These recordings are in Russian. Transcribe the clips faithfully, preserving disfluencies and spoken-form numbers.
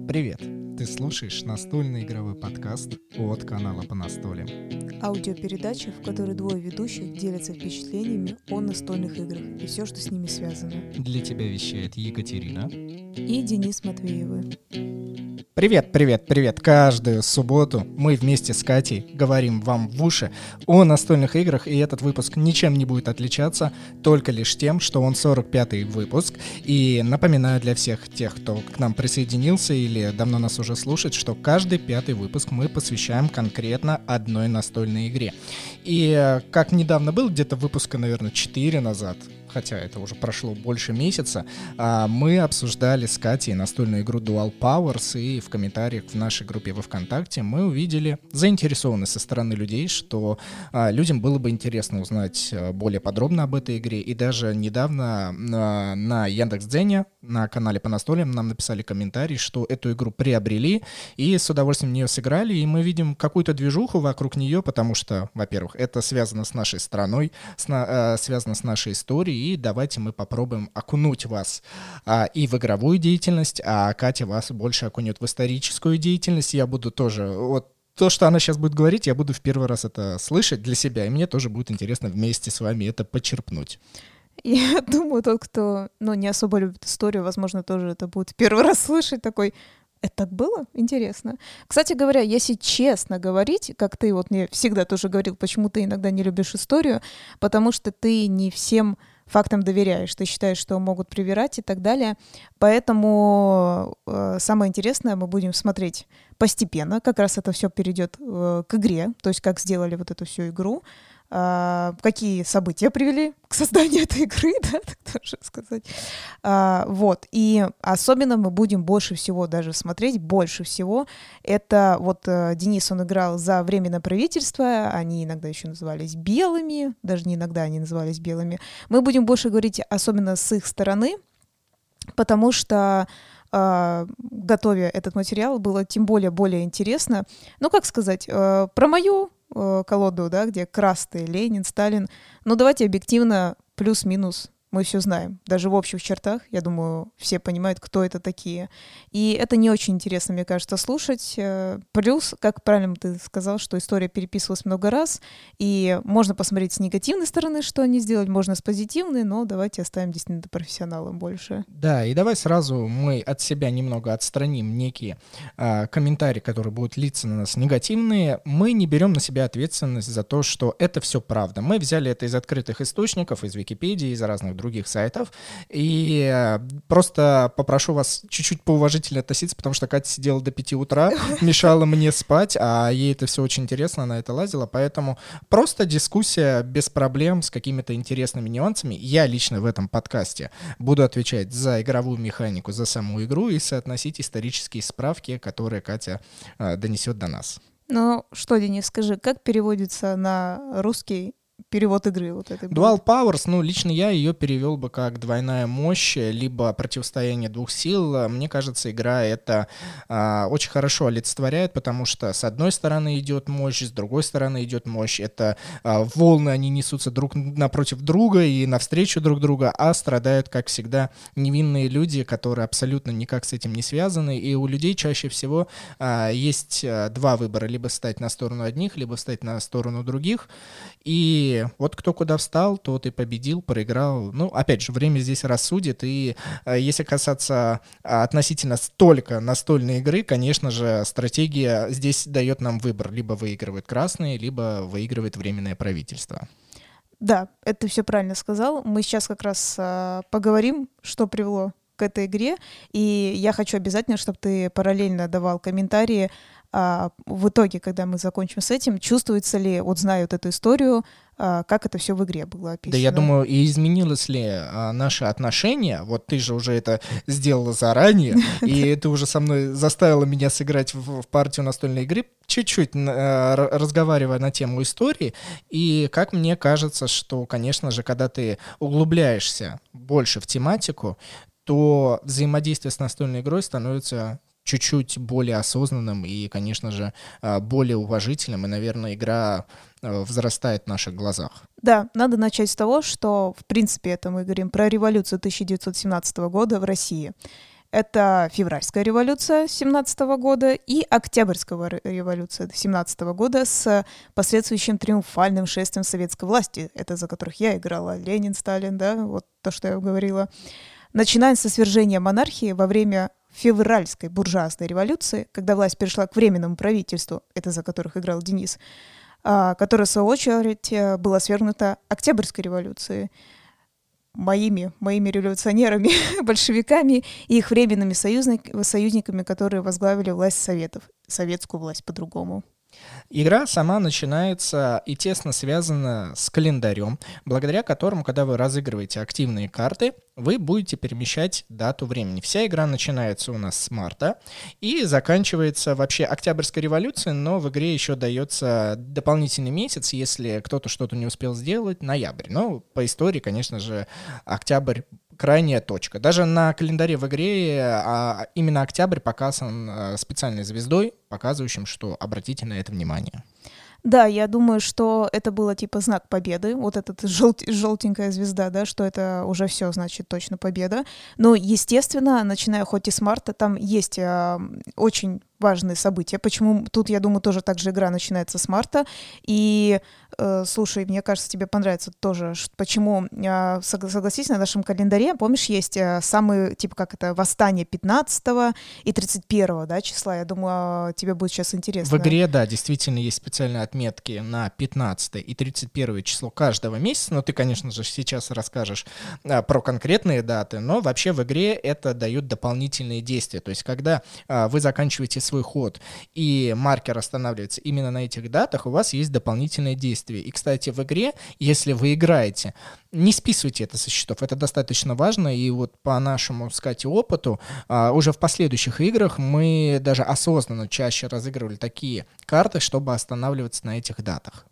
Привет! Ты слушаешь настольный игровой подкаст от канала «По настолям». Аудиопередача, в которой двое ведущих делятся впечатлениями о настольных играх и все, что с ними связано. Для тебя вещает Екатерина и Денис Матвеевы. Привет, привет, привет! Каждую субботу мы вместе с Катей говорим вам в уши о настольных играх, и этот выпуск ничем не будет отличаться, только лишь тем, что он сорок пятый выпуск. И напоминаю для всех тех, кто к нам присоединился или давно нас уже слушает, что каждый пятый выпуск мы посвящаем конкретно одной настольной игре. И как недавно был, где-то выпуска, наверное, четыре назад, хотя это уже прошло больше месяца, мы обсуждали с Катей настольную игру Dual Powers, и в комментариях в нашей группе во ВКонтакте мы увидели заинтересованность со стороны людей, что людям было бы интересно узнать более подробно об этой игре, и даже недавно на Яндекс.Дзене, на канале «По настолям» нам написали комментарий, что эту игру приобрели и с удовольствием в нее сыграли, и мы видим какую-то движуху вокруг нее, потому что, во-первых, это связано с нашей страной, с на, связано с нашей историей, и давайте мы попробуем окунуть вас а, и в игровую деятельность, а Катя вас больше окунет в историческую деятельность. Я буду тоже... вот то, что она сейчас будет говорить, я буду в первый раз это слышать для себя, и мне тоже будет интересно вместе с вами это почерпнуть. Я думаю, тот, кто ну, не особо любит историю, возможно, тоже это будет первый раз слышать, такой... Это так было? Интересно. Кстати говоря, если честно говорить, как ты вот мне всегда тоже говорил, почему ты иногда не любишь историю, потому что ты не всем фактам доверяешь, ты считаешь, что могут привирать и так далее. Поэтому э, самое интересное мы будем смотреть постепенно, как раз это все перейдет э, к игре, то есть как сделали вот эту всю игру, э, какие события привели к созданию этой игры, да, так тоже сказать. А, вот, и особенно мы будем больше всего даже смотреть, больше всего, это вот э, Денис, он играл за Временное правительство, они иногда еще назывались белыми, даже не иногда они назывались белыми. Мы будем больше говорить особенно с их стороны, потому что Uh, готовя этот материал, было тем более более интересно. Ну, как сказать, uh, про мою uh, колоду, да, где Красный, Ленин, Сталин. Ну, давайте объективно, плюс-минус, мы все знаем. Даже в общих чертах, я думаю, все понимают, кто это такие. И это не очень интересно, мне кажется, слушать. Плюс, как правильно ты сказал, что история переписывалась много раз, и можно посмотреть с негативной стороны, что они сделали, можно с позитивной, но давайте оставим действительно профессионалам больше. Да, и давай сразу мы от себя немного отстраним некие а, комментарии, которые будут литься на нас негативные. Мы не берем на себя ответственность за то, что это все правда. Мы взяли это из открытых источников, из Википедии, из разных других других сайтов, и просто попрошу вас чуть-чуть поуважительно относиться, потому что Катя сидела до пяти утра, мешала мне спать, а ей это все очень интересно, она это лазила, поэтому просто дискуссия без проблем с какими-то интересными нюансами. Я лично в этом подкасте буду отвечать за игровую механику, за саму игру и соотносить исторические справки, которые Катя э, донесет до нас. Ну что, Денис, скажи, как переводится на русский перевод игры вот этой? Dual Powers, ну, лично я ее перевел бы как двойная мощь, либо противостояние двух сил. Мне кажется, игра это а, очень хорошо олицетворяет, потому что с одной стороны идет мощь, с другой стороны идет мощь. Это а, волны, они несутся друг напротив друга и навстречу друг друга, а страдают, как всегда, невинные люди, которые абсолютно никак с этим не связаны. И у людей чаще всего а, есть а, два выбора: либо встать на сторону одних, либо встать на сторону других. И вот кто куда встал, тот и победил, проиграл. Ну, опять же, время здесь рассудит. И э, если касаться э, относительно только настольной игры, конечно же, стратегия здесь дает нам выбор. Либо выигрывает красные, либо выигрывает Временное правительство. Да, это ты все правильно сказал. Мы сейчас как раз э, поговорим, что привело к этой игре. И я хочу обязательно, чтобы ты параллельно давал комментарии. А в итоге, когда мы закончим с этим, чувствуется ли, вот знают эту историю, а, как это все в игре было описано? Да, я думаю, и изменилось ли а, наше отношение. Вот ты же уже это сделала заранее, и ты уже со мной заставила меня сыграть в, в партию настольной игры, чуть-чуть а, разговаривая на тему истории. И как мне кажется, что, конечно же, когда ты углубляешься больше в тематику, то взаимодействие с настольной игрой становится чуть-чуть более осознанным и, конечно же, более уважительным, и, наверное, игра взрастает в наших глазах. Да, надо начать с того, что, в принципе, это мы говорим про революцию тысяча девятьсот семнадцатого года в России. Это февральская революция семнадцатого года и Октябрьская революция семнадцатого года с последующим триумфальным шествием советской власти. Это за которых я играла. Ленин, Сталин, да, вот то, что я говорила. Начиная со свержения монархии во время февральской буржуазной революции, когда власть перешла к временному правительству, это за которых играл Денис, которая, в свою очередь, была свергнута Октябрьской революцией, моими, моими революционерами, большевиками и их временными союзник, союзниками, которые возглавили власть Советов, советскую власть по-другому. Игра сама начинается и тесно связана с календарем, благодаря которому, когда вы разыгрываете активные карты, вы будете перемещать дату времени. Вся игра начинается у нас с марта и заканчивается вообще Октябрьской революцией, но в игре еще дается дополнительный месяц, если кто-то что-то не успел сделать, ноябрь. Но по истории, конечно же, октябрь крайняя точка. Даже на календаре в игре а, именно октябрь показан а, специальной звездой, показывающим, что обратите на это внимание. Да, я думаю, что это было типа знак победы, вот эта желт- желтенькая звезда, да, что это уже все, значит, точно победа. Но, естественно, начиная хоть и с марта, там есть э, очень важные события. Почему тут, я думаю, тоже так же игра начинается с марта. И, э, слушай, мне кажется, тебе понравится тоже, ш- почему, э, согласись, на нашем календаре, помнишь, есть э, самые, типа, как это, восстание пятнадцатого и тридцать первого, да, числа. Я думаю, тебе будет сейчас интересно. В игре, да, действительно есть специальные отметки на пятнадцатое и тридцать первое число каждого месяца, но ты, конечно же, сейчас расскажешь а, про конкретные даты, но вообще в игре это дают дополнительные действия. То есть, когда а, вы заканчиваете свой ход и маркер останавливается именно на этих датах, у вас есть дополнительные действия. И, кстати, в игре, если вы играете, не списывайте это со счетов, это достаточно важно, и вот по нашему, сказать, опыту, а, уже в последующих играх мы даже осознанно чаще разыгрывали такие карты, чтобы останавливаться на этих датах.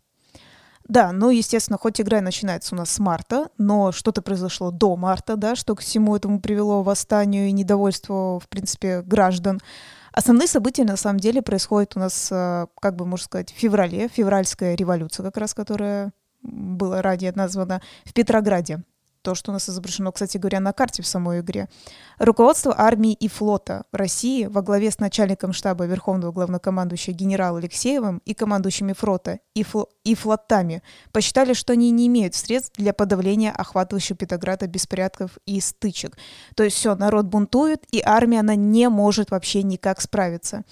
Да, ну, естественно, хоть игра начинается у нас с марта, но что-то произошло до марта, да, что к всему этому привело восстанию и недовольству, в принципе, граждан. Основные события, на самом деле, происходят у нас, как бы, можно сказать, в феврале, февральская революция, как раз, которая была ранее названа, в Петрограде. То, что у нас изображено, кстати говоря, на карте в самой игре. Руководство армии и флота России во главе с начальником штаба Верховного главнокомандующего генералом Алексеевым и командующими флота и, фл- и флотами посчитали, что они не имеют средств для подавления охватывающего Петрограда беспорядков и стычек. То есть все, народ бунтует, и армия, она не может вообще никак справиться.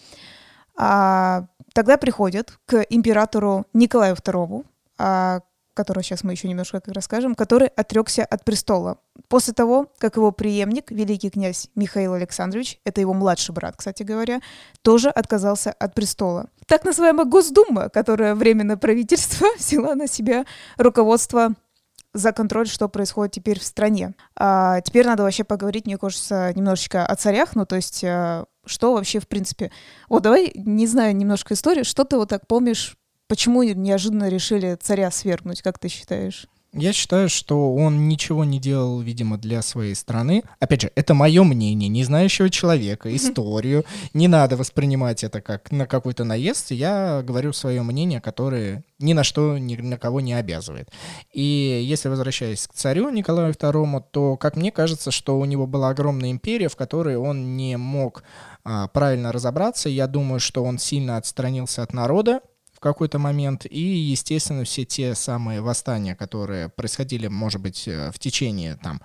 А, тогда приходят к императору Николаю второму, а, которого сейчас мы еще немножко как расскажем, который отрекся от престола. После того, как его преемник, великий князь Михаил Александрович, это его младший брат, кстати говоря, тоже отказался от престола. Так называемая Госдума, которая временное правительство взяла на себя руководство за контроль, что происходит теперь в стране. А теперь надо вообще поговорить, мне кажется, немножечко о царях, ну то есть что вообще в принципе... Вот давай, не знаю, немножко истории, что ты вот так помнишь. Почему неожиданно решили царя свергнуть, как ты считаешь? Я считаю, что он ничего не делал, видимо, для своей страны. Опять же, это мое мнение, не знающего человека, историю. Не надо воспринимать это как на какой-то наезд. Я говорю свое мнение, которое ни на что, ни на кого не обязывает. И если возвращаясь к царю Николаю второму, то, как мне кажется, что у него была огромная империя, в которой он не мог а, правильно разобраться. Я думаю, что он сильно отстранился от народа в какой-то момент, и, естественно, все те самые восстания, которые происходили, может быть, в течение там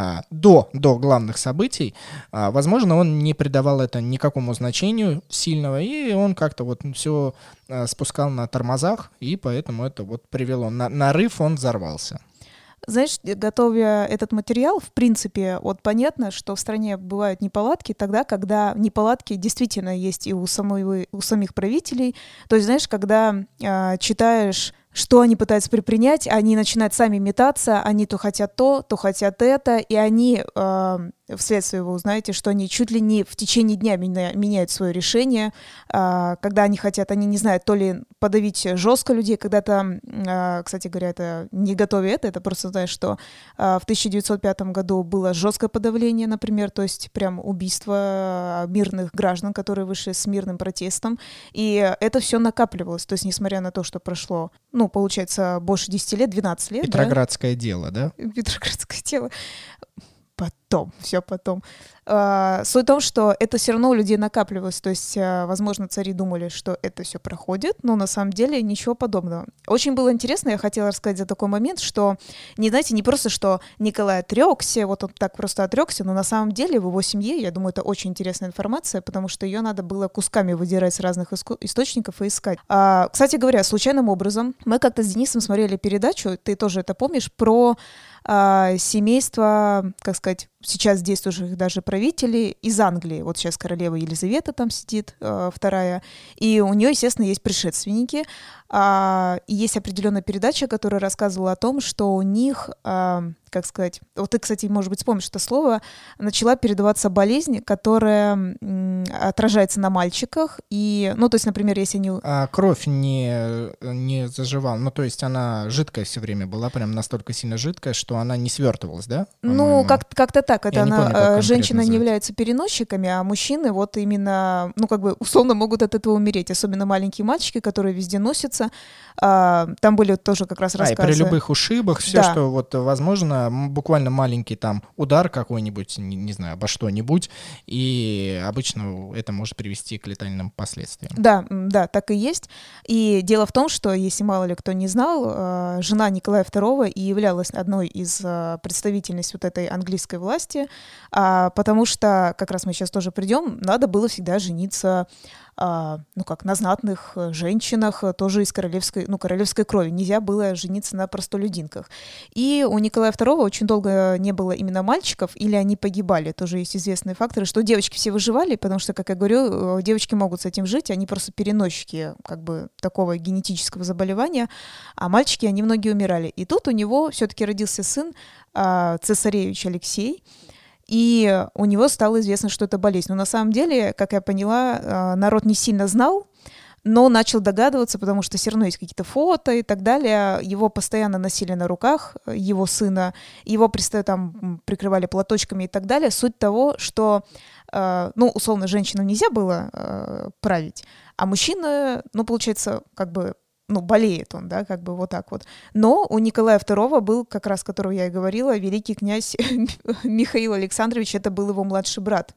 до, до главных событий, возможно, он не придавал это никакому значению сильного, и он как-то вот все спускал на тормозах, и поэтому это вот привело. На нарыв он взорвался. Знаешь, готовя этот материал, в принципе, вот понятно, что в стране бывают неполадки тогда, когда неполадки действительно есть и у, самой, у самих правителей. То есть, знаешь, когда э, читаешь, что они пытаются предпринять, они начинают сами метаться, они то хотят то, то хотят это, и они э, вследствие вы узнаете, что они чуть ли не в течение дня меня, меняют свое решение, э, когда они хотят, они не знают, то ли подавить жестко людей, когда-то, э, кстати говоря, это не готовя это, это просто знаешь, что э, в тысяча девятьсот пятом году было жесткое подавление, например, то есть прям убийство мирных граждан, которые вышли с мирным протестом, и это все накапливалось, то есть несмотря на то, что прошло, ну, получается, больше десяти лет, двенадцать лет, Петроградское да? дело, да? Петроградское дело. потом, все потом. Uh, суть в том, что это все равно у людей накапливалось, то есть, uh, возможно, цари думали, что это все проходит, но на самом деле ничего подобного. Очень было интересно, я хотела рассказать за такой момент, что, не знаете, не просто, что Николай отрекся, вот он так просто отрекся, но на самом деле в его семье, я думаю, это очень интересная информация, потому что ее надо было кусками выдирать с разных иску- источников и искать. Uh, кстати говоря, случайным образом, мы как-то с Денисом смотрели передачу, ты тоже это помнишь, про Uh, семейство, как сказать, сейчас действующих даже правителей из Англии. Вот сейчас королева Елизавета там сидит, uh, вторая, и у нее, естественно, есть предшественники. Uh, и есть определенная передача, которая рассказывала о том, что у них, uh, как сказать, вот ты, кстати, может быть, вспомнишь это слово, начала передаваться болезнь, которая м, отражается на мальчиках. И, ну, то есть, например, если они... А кровь не, не заживала, ну, то есть она жидкая все время была, прям настолько сильно жидкая, что она не свертывалась, да? Ну, как- как-то так. Это Я не она, помню, как э, женщины не называется. являются переносчиками, а мужчины вот именно, ну, как бы условно могут от этого умереть. Особенно маленькие мальчики, которые везде носятся. А, там были тоже как раз А, и рассказы. при любых ушибах, все, Да. что вот возможно, м, буквально маленький там удар какой-нибудь, не, не знаю, обо что-нибудь, и обычно это может привести к летальным последствиям. Да, м, да, так и есть. И дело в том, что, если мало ли кто не знал, э, жена Николая второго и являлась одной из э, представительниц вот этой английской власти, а, потому что, как раз мы сейчас тоже придем, надо было всегда жениться, а, ну как, на знатных э, женщинах, э, тоже из королевской, ну, королевской крови. Нельзя было жениться на простолюдинках. И у Николая второго очень долго не было именно мальчиков, или они погибали. Тоже есть известные факторы, что девочки все выживали, потому что, как я говорю, э, девочки могут с этим жить, они просто переносчики как бы такого генетического заболевания, а мальчики, они многие умирали. И тут у него все-таки родился сын, а, цесаревич Алексей, и у него стало известно, что это болезнь. Но на самом деле, как я поняла, а, народ не сильно знал, но начал догадываться, потому что все равно есть какие-то фото и так далее. Его постоянно носили на руках, его сына, его пристав- там прикрывали платочками и так далее. Суть того, что, э, ну, условно, женщинам нельзя было э, править, а мужчина, ну, получается, как бы, ну, болеет он, да, как бы вот так вот. Но у Николая второго был, как раз, которого я и говорила, великий князь Михаил Александрович, это был его младший брат.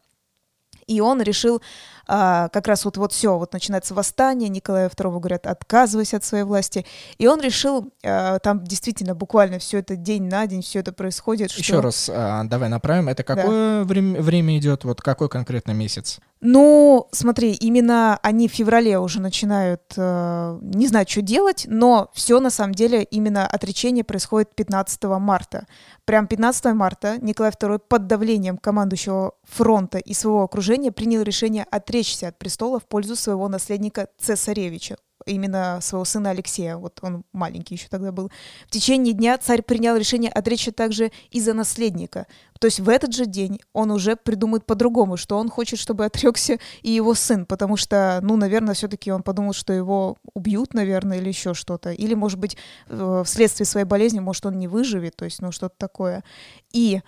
И он решил а, как раз вот, вот все, вот начинается восстание, Николая второго говорят, отказывайся от своей власти. И он решил, а, там действительно буквально все это день на день, все это происходит. Еще что... раз, а, давай направим. Это какое да. время, время идет? Вот какой конкретно месяц? Ну, смотри, именно они в феврале уже начинают э, не знать, что делать, но все на самом деле именно отречение происходит пятнадцатого марта. Прям пятнадцатого марта Николай второй под давлением командующего фронта и своего окружения принял решение отречься от престола в пользу своего наследника цесаревича, именно своего сына Алексея, вот он маленький еще тогда был. В течение дня царь принял решение отречься также и за наследника. То есть в этот же день он уже придумает по-другому, что он хочет, чтобы отрекся и его сын, потому что, ну, наверное, все-таки он подумал, что его убьют, наверное, или еще что-то. Или, может быть, вследствие своей болезни, может, он не выживет, то есть, ну, что-то такое. И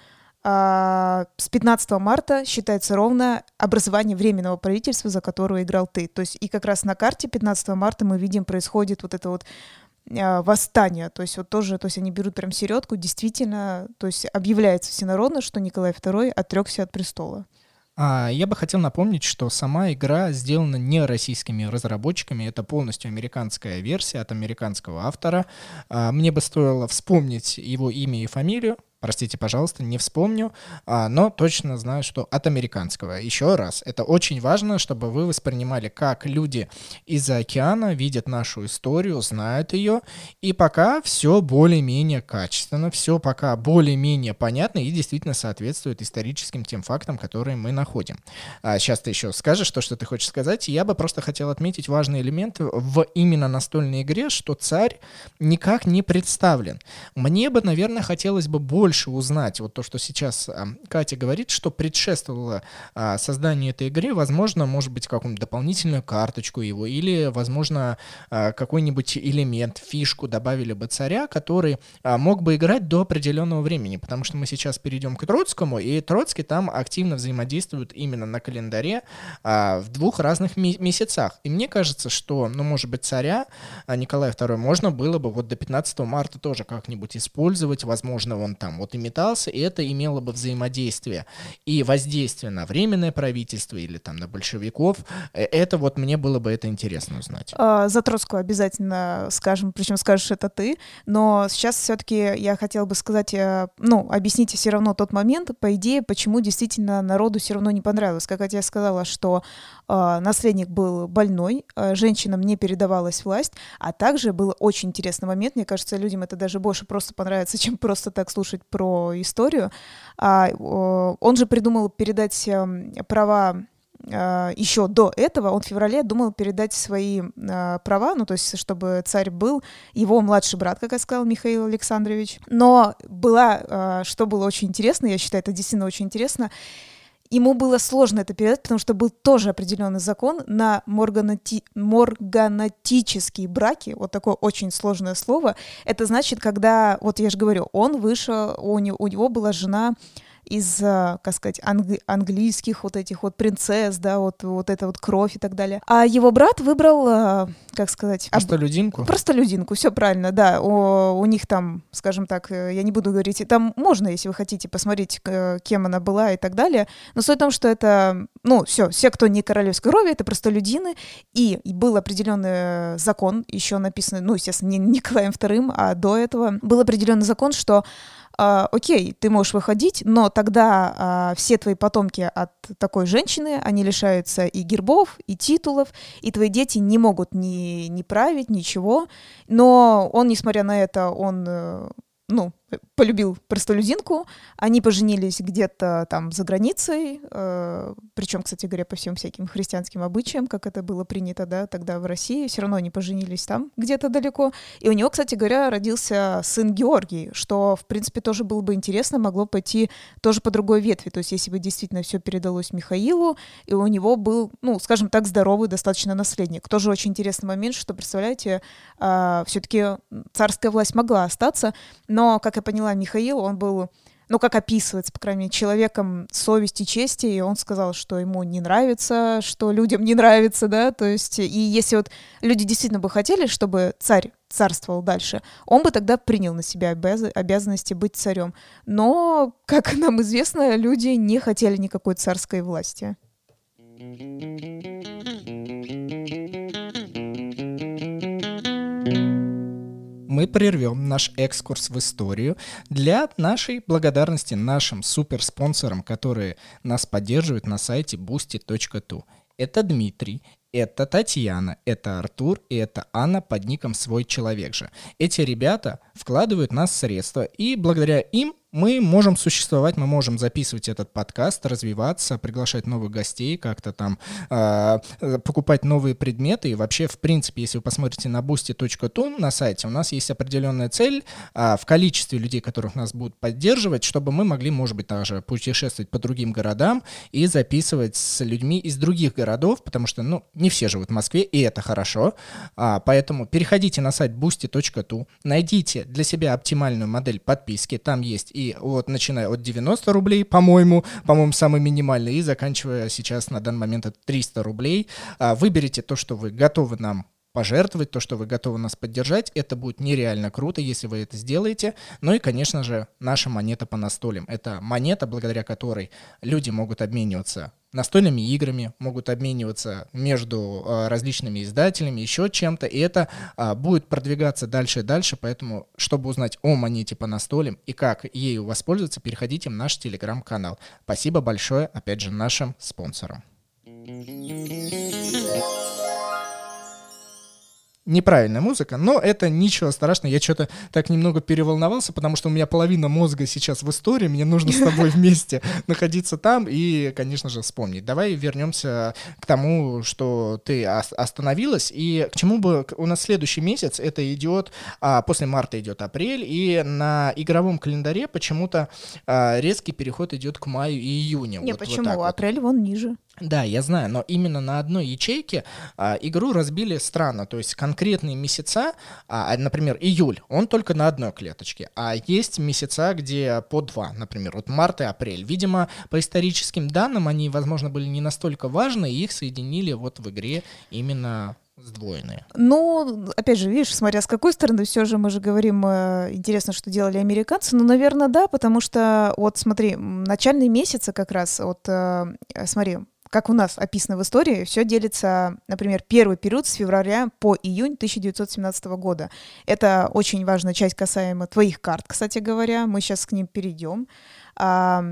а, с пятнадцатого марта считается ровно образование Временного правительства, за которое играл ты. То есть и как раз на карте пятнадцатого марта мы видим, происходит вот это вот а, восстание. То есть вот тоже, то есть они берут прям середку, действительно, то есть объявляется всенародно, что Николай второй отрекся от престола. А, я бы хотел напомнить, что сама игра сделана не российскими разработчиками, это полностью американская версия от американского автора. А, мне бы стоило вспомнить его имя и фамилию. Простите, пожалуйста, не вспомню, а, но точно знаю, что от американского. Еще раз, это очень важно, чтобы вы воспринимали, как люди из-за океана видят нашу историю, знают ее, и пока все более-менее качественно, все пока более-менее понятно и действительно соответствует историческим тем фактам, которые мы находим. А сейчас ты еще скажешь то, что ты хочешь сказать, и я бы просто хотел отметить важный элемент в именно настольной игре, что царь никак не представлен. Мне бы, наверное, хотелось бы больше больше узнать, вот то, что сейчас а, Катя говорит, что предшествовало а, созданию этой игры, возможно, может быть, какую-нибудь дополнительную карточку его, или, возможно, а, какой-нибудь элемент, фишку добавили бы царя, который а, мог бы играть до определенного времени, потому что мы сейчас перейдем к Троцкому, и Троцкий там активно взаимодействует именно на календаре а, в двух разных ми- месяцах. И мне кажется, что, ну, может быть, царя а, Николая второго можно было бы вот до пятнадцатого марта тоже как-нибудь использовать, возможно, он там вот и метался, и это имело бы взаимодействие и воздействие на временное правительство или там на большевиков. Это вот мне было бы это интересно узнать. За Троцкого обязательно скажем, причем скажешь это ты, но сейчас все-таки я хотела бы сказать, ну, объясните все равно тот момент, по идее, почему действительно народу все равно не понравилось. Как я сказала, что э, наследник был больной, э, женщинам не передавалась власть, а также был очень интересный момент, мне кажется, людям это даже больше просто понравится, чем просто так слушать про историю. А, э, он же придумал передать э, права еще до этого, он в феврале думал передать свои э, права, ну, то есть, чтобы царь был его младший брат, как я сказала, Михаил Александрович. Но была, э, что было очень интересно, я считаю, это действительно очень интересно, ему было сложно это передать, потому что был тоже определенный закон на морганати... морганатические браки, вот такое очень сложное слово. Это значит, когда, вот я же говорю, он вышел, у него, у него была жена из, как сказать, англи- английских вот этих вот принцесс, да, вот, вот эта вот кровь и так далее. А его брат выбрал, как сказать... Простолюдинку? Об... Простолюдинку, все правильно, да. У, у них там, скажем так, я не буду говорить, там можно, если вы хотите, посмотреть, кем она была и так далее, но суть в том, что это, ну, все, все, кто не королевской крови, это простолюдины, и был определенный закон, еще написанный, ну, естественно, не Николаем вторым, а до этого был определенный закон, что Uh, окей, ты можешь выходить, но тогда uh, все твои потомки от такой женщины, они лишаются и гербов, и титулов, и твои дети не могут ни, ни править, ничего. Но он, несмотря на это, он, uh, ну, полюбил простолюдинку, они поженились где-то там за границей, э, причем, кстати говоря, по всем всяким христианским обычаям, как это было принято, да, тогда в России, все равно они поженились там где-то далеко. И у него, кстати говоря, родился сын Георгий, что, в принципе, тоже было бы интересно, могло пойти тоже по другой ветви, то есть если бы действительно все передалось Михаилу, и у него был, ну, скажем так, здоровый достаточно наследник. Тоже очень интересный момент, что, представляете, э, все-таки царская власть могла остаться, но, как я поняла, Михаил, он был, ну, как описывается, по крайней мере, человеком совести, чести, и он сказал, что ему не нравится, что людям не нравится, да, то есть, и если вот люди действительно бы хотели, чтобы царь царствовал дальше, он бы тогда принял на себя обяз- обязанности быть царем. Но, как нам известно, люди не хотели никакой царской власти. Мы прервем наш экскурс в историю для нашей благодарности нашим суперспонсорам, которые нас поддерживают на сайте бусти точка ту. Это Дмитрий, это Татьяна, это Артур и это Анна под ником «Свой человек же». Эти ребята вкладывают в нас средства, и благодаря им мы можем существовать, мы можем записывать этот подкаст, развиваться, приглашать новых гостей, как-то там э, покупать новые предметы. И вообще, в принципе, если вы посмотрите на бусти точка ту на сайте, у нас есть определенная цель э, в количестве людей, которых нас будут поддерживать, чтобы мы могли, может быть, также путешествовать по другим городам и записывать с людьми из других городов, потому что, ну, не все живут в Москве, и это хорошо. А, поэтому переходите на сайт бусти точка ту, найдите для себя оптимальную модель подписки, там есть и И вот начиная от девяносто рублей, по-моему, по-моему, самый минимальный, и заканчивая сейчас на данный момент от триста рублей. Выберите то, что вы готовы нам пожертвовать, то, что вы готовы нас поддержать. Это будет нереально круто, если вы это сделаете. Ну и, конечно же, наша монета по настолям. Это монета, благодаря которой люди могут обмениваться настольными играми, могут обмениваться между э, различными издателями, еще чем-то, и это э, будет продвигаться дальше и дальше, поэтому, чтобы узнать о монете по настолям и как ею воспользоваться, переходите в наш телеграм-канал. Спасибо большое, опять же, нашим спонсорам. Неправильная музыка, но это ничего страшного, я что-то так немного переволновался, потому что у меня половина мозга сейчас в истории, мне нужно с тобой вместе находиться там и, конечно же, вспомнить. Давай вернемся к тому, что ты остановилась, и к чему бы у нас следующий месяц, это идет, а, после марта идет апрель, и на игровом календаре почему-то а, резкий переход идет к маю и июню. Не, вот, почему? Вот апрель вон ниже. Да, я знаю, но именно на одной ячейке а, игру разбили странно, то есть конкретные месяца, а, например, июль, он только на одной клеточке, а есть месяца, где по два, например, вот март и апрель. Видимо, по историческим данным они, возможно, были не настолько важны, и их соединили вот в игре именно сдвоенные. Ну, опять же, видишь, смотря с какой стороны, все же мы же говорим, э, интересно, что делали американцы. Ну, наверное, да, потому что, вот смотри, м, начальные месяцы как раз, вот э, э, смотри, как у нас описано в истории, все делится, например, первый период с февраля по июнь тысяча девятьсот семнадцатого года. Это очень важная часть касаемо твоих карт, кстати говоря. Мы сейчас к ним перейдем. А,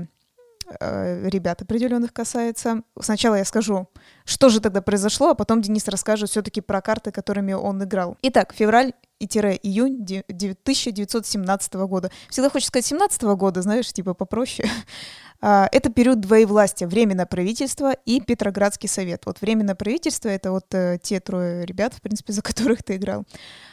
э, ребят определенных касается. Сначала я скажу, что же тогда произошло, а потом Денис расскажет все-таки про карты, которыми он играл. Итак, февраль и июнь тысяча девятьсот семнадцатого года. Всегда хочется сказать семнадцатого года, знаешь, типа попроще. А, Это период двоевластия, Временное правительство и Петроградский совет. Вот Временное правительство — это вот э, те трое ребят, в принципе, за которых ты играл.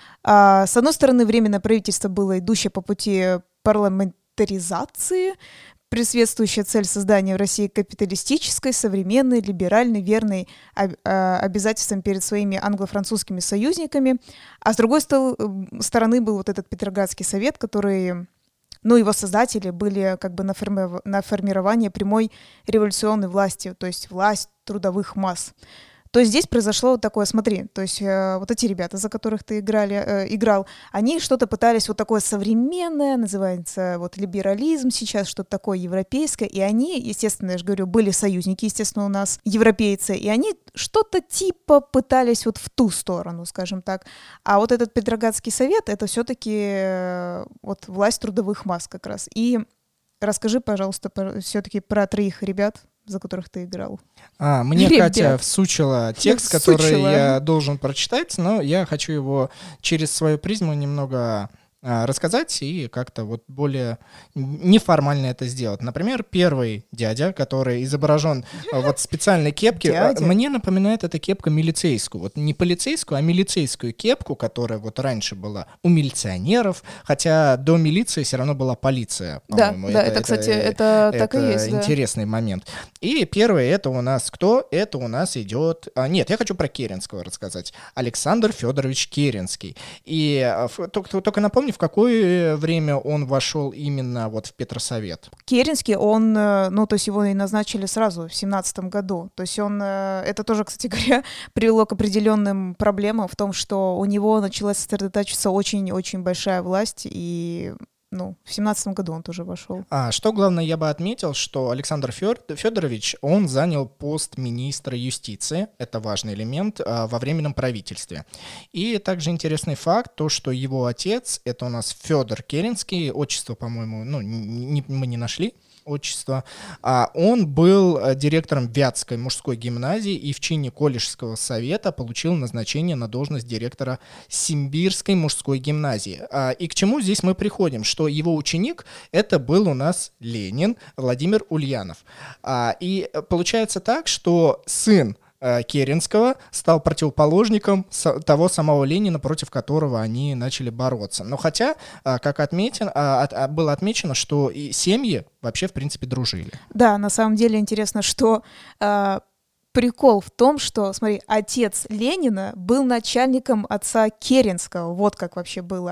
А, С одной стороны, Временное правительство было идущее по пути парламентаризации, присутствующая цель создания в России капиталистической, современной, либеральной, верной об- а, обязательствам перед своими англо-французскими союзниками. А с другой стол- м, стороны был вот этот Петроградский совет, который, ну, его создатели были как бы на, форми- на формирование прямой революционной власти, то есть власть трудовых масс. То есть здесь произошло вот такое, смотри, то есть э, вот эти ребята, за которых ты играли, э, играл, они что-то пытались вот такое современное, называется вот либерализм сейчас, что-то такое европейское, и они, естественно, я же говорю, были союзники, естественно, у нас европейцы, и они что-то типа пытались вот в ту сторону, скажем так. А вот этот Петроградский совет — это все-таки э, вот власть трудовых масс как раз. И расскажи, пожалуйста, все-таки про троих ребят, за которых ты играл. А, мне Ребят. Катя всучила текст, который Всучила. я должен прочитать, но я хочу его через свою призму немного а, рассказать и как-то вот более неформально это сделать. Например, первый дядя, который изображен а, вот в специальной кепке, а, Дядя? мне напоминает эта кепка милицейскую. Вот не полицейскую, а милицейскую кепку, которая вот раньше была у милиционеров, хотя до милиции все равно была полиция, Да, по-моему. да, это, кстати, это, так и это есть, да. интересный момент. И первый это у нас кто? Это у нас идет... А, нет, я хочу про Керенского рассказать. Александр Федорович Керенский. И а, ф- только, только напомню, в какое время он вошел именно вот в Петросовет. Керенский, он, э, ну, то есть его и назначили сразу в семнадцатом году. То есть он, э, это тоже, кстати говоря, привело к определенным проблемам в том, что у него началась сосредотачиваться очень-очень большая власть, и, ну, в семнадцатом году он тоже вошел. А, что главное, я бы отметил, что Александр Фёр- Федорович, он занял пост министра юстиции, это важный элемент, а, во временном правительстве. И также интересный факт, то, что его отец, это у нас Федор Керенский, отчество, по-моему, ну, н- не- мы не нашли, отчество, а он был э, директором Вятской мужской гимназии и в чине колледжского совета получил назначение на должность директора Симбирской мужской гимназии. А, и к чему здесь мы приходим? Что его ученик это был у нас Ленин Владимир Ульянов. А, и э, получается так, что сын э, Керенского стал противоположником со- того самого Ленина, против которого они начали бороться. Но хотя, а, как отметен, а, от- а, было отмечено, что и семьи вообще, в принципе, дружили. Да, на самом деле интересно, что э, прикол в том, что, смотри, отец Ленина был начальником отца Керенского, вот как вообще было.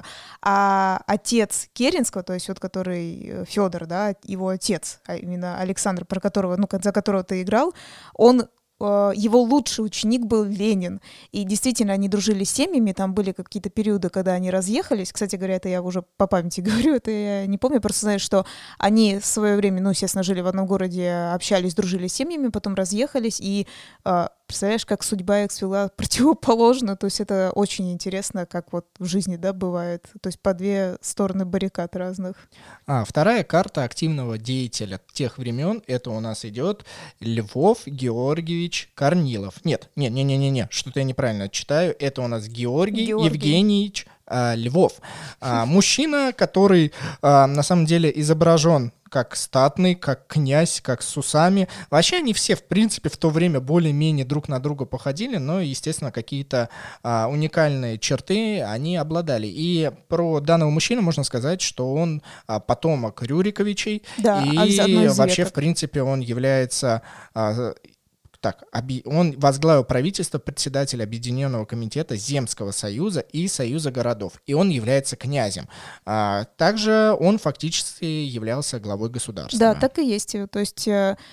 А отец Керенского, то есть вот который Федор, да, его отец, а именно Александр, про которого, ну, за которого ты играл, он э, его лучший ученик был Ленин. И действительно, они дружили с семьями, там были какие-то периоды, когда они разъехались. Кстати говоря, это я уже по памяти говорю, это я не помню, просто знаю, что они в свое время, ну, естественно, жили в одном городе, общались, дружили с семьями, потом разъехались, и э, представляешь, как судьба их свела противоположно, то есть это очень интересно, как вот в жизни, да, бывает, то есть по две стороны баррикад разных. А, вторая карта активного деятеля тех времен, это у нас идет Львов Георгиевич Корнилов. Нет, нет, не, не, не, не, что-то я неправильно читаю. Это у нас Георгий, Георгий. Евгеньевич а, Львов. А, мужчина, который а, на самом деле изображен как статный, как князь, как с усами. Вообще они все, в принципе, в то время более-менее друг на друга походили, но, естественно, какие-то а, уникальные черты они обладали. И про данного мужчину можно сказать, что он а, потомок Рюриковичей, Да, и одной из вообще, веток. в принципе, он является... а, так, оби- он возглавил правительство, председатель Объединенного комитета Земского союза и Союза городов, и он является князем. А, также он фактически являлся главой государства. Да, так и есть. То есть, э, в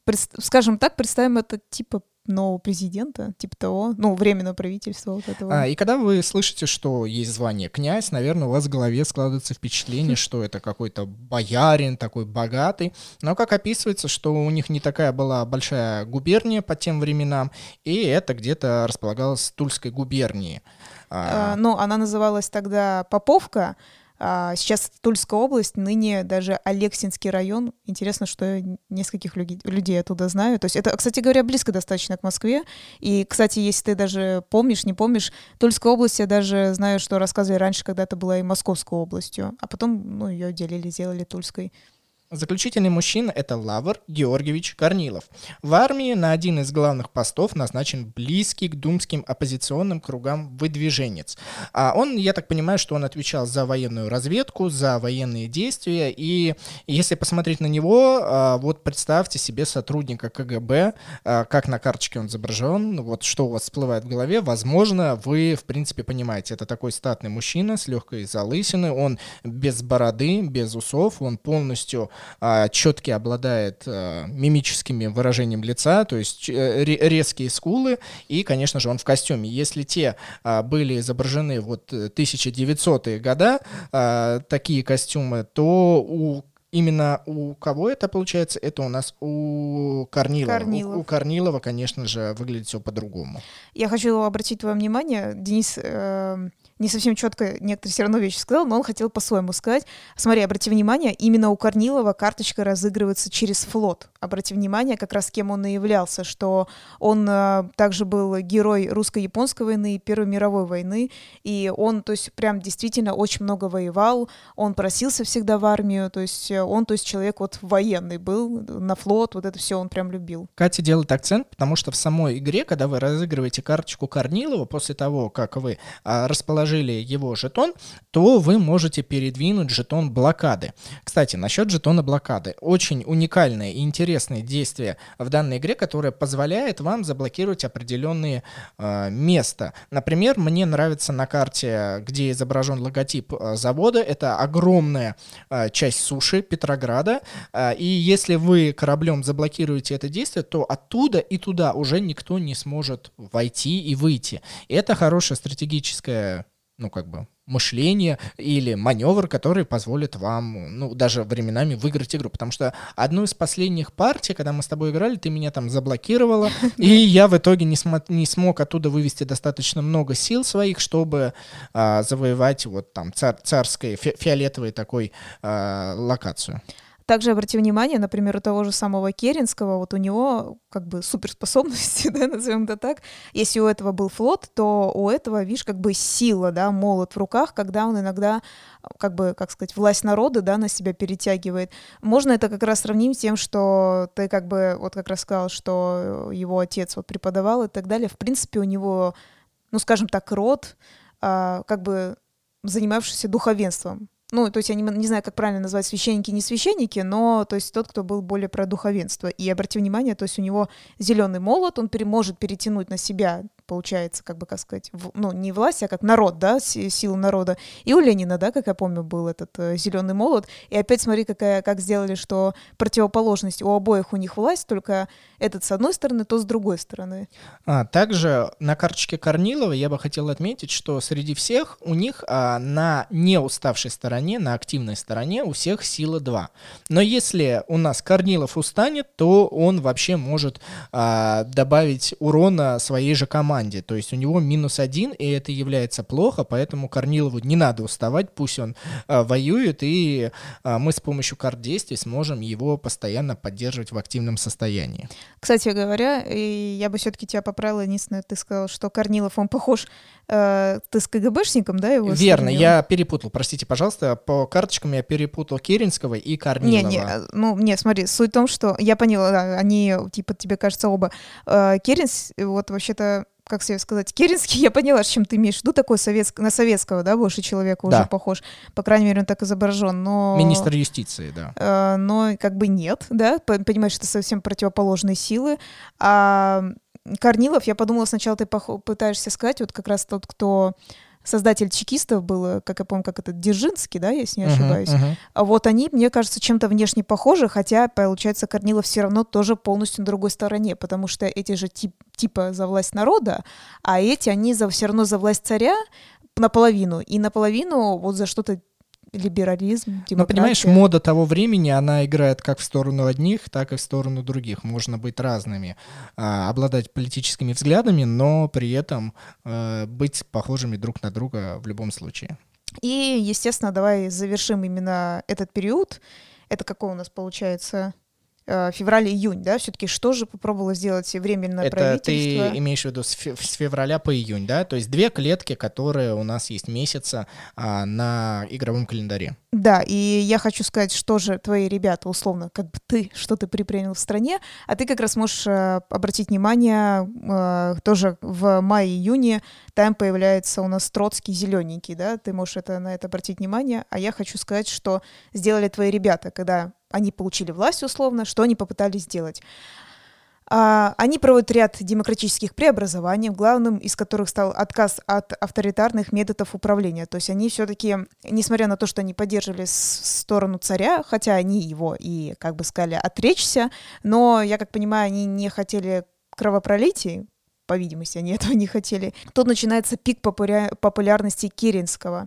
пред- скажем так, представим это типа нового президента, типа того, ну, временного правительства вот этого. А, и когда вы слышите, что есть звание князь, наверное, у вас в голове складывается впечатление, что это какой-то боярин такой богатый. Но как описывается, что у них не такая была большая губерния по тем временам, и это где-то располагалось в Тульской губернии. А, ну, она называлась тогда Поповка. А сейчас Тульская область, ныне даже Алексинский район. Интересно, что я нескольких людей, людей оттуда знаю. То есть это, кстати говоря, близко достаточно к Москве. И, кстати, если ты даже помнишь, не помнишь, Тульская область, я даже знаю, что рассказывали раньше, когда-то была и Московской областью. А потом, ну, ее делили, сделали Тульской. Заключительный мужчина — это Лавр Георгиевич Корнилов. В армии на один из главных постов назначен близкий к думским оппозиционным кругам выдвиженец. А он, я так понимаю, что он отвечал за военную разведку, за военные действия, и если посмотреть на него, вот представьте себе сотрудника ка гэ бэ, как на карточке он изображен, вот что у вас всплывает в голове, возможно, вы, в принципе, понимаете, это такой статный мужчина с легкой залысиной, он без бороды, без усов, он полностью четкий, обладает э, мимическими выражением лица, то есть э, резкие скулы, и, конечно же, он в костюме. Если те э, были изображены вот тысяча девятисотые года, э, такие костюмы, то у именно у кого это получается? Это у нас у Корнилова. Корнилов. У, у Корнилова, конечно же, выглядит все по-другому. Я хочу обратить твое внимание, Денис э, не совсем четко некоторые все равно вещи сказал, но он хотел по-своему сказать. Смотри, обрати внимание, именно у Корнилова карточка разыгрывается через флот. Обрати внимание, как раз кем он и являлся, что он э, также был герой русско-японской войны, Первой мировой войны, и он, то есть, прям действительно очень много воевал, он просился всегда в армию, то есть он, то есть, человек вот военный был, на флот, вот это все он прям любил. Катя делает акцент, потому что в самой игре, когда вы разыгрываете карточку Корнилова, после того, как вы а, расположили его жетон, то вы можете передвинуть жетон блокады. Кстати, насчет жетона блокады. Очень уникальное и интересное действие в данной игре, которое позволяет вам заблокировать определенные э, места. Например, мне нравится на карте, где изображен логотип э, завода, это огромная э, часть суши Петрограда, э, и если вы кораблем заблокируете это действие, то оттуда и туда уже никто не сможет войти и выйти. И это хорошая стратегическая, ну, как бы, мышление или маневр, который позволит вам, ну, даже временами выиграть игру. Потому что одну из последних партий, когда мы с тобой играли, ты меня там заблокировала, и я в итоге не, смо- не смог оттуда вывести достаточно много сил своих, чтобы а, завоевать вот там цар- царской фи- фиолетовой такой а, локацию. Также обрати внимание, например, у того же самого Керенского, вот у него как бы суперспособности, да, назовем это так. Если у этого был флот, то у этого, видишь, как бы сила, да, молот в руках, когда он иногда, как бы, как сказать, власть народа, да, на себя перетягивает. Можно это как раз сравнить с тем, что ты как бы, вот как раз сказал, что его отец вот преподавал и так далее. В принципе, у него, ну, скажем так, род, а, как бы занимавшийся духовенством. Ну, то есть я не, не знаю, как правильно назвать, священники, не священники, но то есть тот, кто был более про духовенство. И обрати внимание, то есть у него зеленый молот, он пере, может перетянуть на себя, получается, как бы, как сказать, в, ну, не власть, а как народ, да, силу народа. И у Ленина, да, как я помню, был этот э, зеленый молот. И опять смотри, какая, как сделали, что противоположность, у обоих у них власть, только этот с одной стороны, то с другой стороны. А, также на карточке Корнилова я бы хотел отметить, что среди всех у них а, на неуставшей стороне, на активной стороне у всех сила два. Но если у нас Корнилов устанет, то он вообще может а, добавить урона своей же команде. То есть у него минус один, и это является плохо, поэтому Корнилову не надо уставать, пусть он а, воюет, и а, мы с помощью карт действий сможем его постоянно поддерживать в активном состоянии. Кстати говоря, и я бы все-таки тебя поправила, единственное, ты сказал, что Корнилов, он похож, э, ты с ка гэ бэшником, да, его Верно, сравнил? я перепутал, простите, пожалуйста, по карточкам я перепутал Керенского и Корнилова. Не, не, ну, не, смотри, суть в том, что, я поняла, да, они, типа, тебе кажется, оба. Э, Керенс, вот, вообще-то, как себе сказать, Керенский, я поняла, с чем ты имеешь в виду, такой советск... на советского, да, больше человека Да. уже похож, по крайней мере, он так изображен, но... Министр юстиции, да. Э, но как бы нет, да, понимаешь, это совсем противоположные силы, а Корнилов, я подумала, сначала ты пох... пытаешься сказать, вот как раз тот, кто создатель чекистов был, как я помню, как это, Дзержинский, да, если не ошибаюсь. Uh-huh, uh-huh. А вот они, мне кажется, чем-то внешне похожи, хотя, получается, Корнилов все равно тоже полностью на другой стороне, потому что эти же тип, типа за власть народа, а эти, они за, все равно за власть царя наполовину, и наполовину вот за что-то либерализм, демократия. Ну, понимаешь, мода того времени, она играет как в сторону одних, так и в сторону других. Можно быть разными, а, обладать политическими взглядами, но при этом а, быть похожими друг на друга в любом случае. И, естественно, давай завершим именно этот период. Это какой у нас получается? Февраль-июнь, да? Все-таки что же попробовало сделать временное Это правительство? Это ты имеешь в виду с, фе- с февраля по июнь, да? То есть две клетки, которые у нас есть месяца а, на игровом календаре. Да, и я хочу сказать, что же твои ребята, условно, как бы ты, что ты предпринял в стране, а ты как раз можешь э, обратить внимание, э, тоже в мае-июне там появляется у нас Троцкий зелененький, да, ты можешь это, на это обратить внимание, а я хочу сказать, что сделали твои ребята, когда они получили власть, условно, что они попытались сделать. Они проводят ряд демократических преобразований, главным из которых стал отказ от авторитарных методов управления. То есть они все-таки, несмотря на то, что они поддерживали сторону царя, хотя они его и, как бы сказали, отречься, но, я как понимаю, они не хотели кровопролитий, по видимости, они этого не хотели. Тут начинается пик популя- популярности Керенского.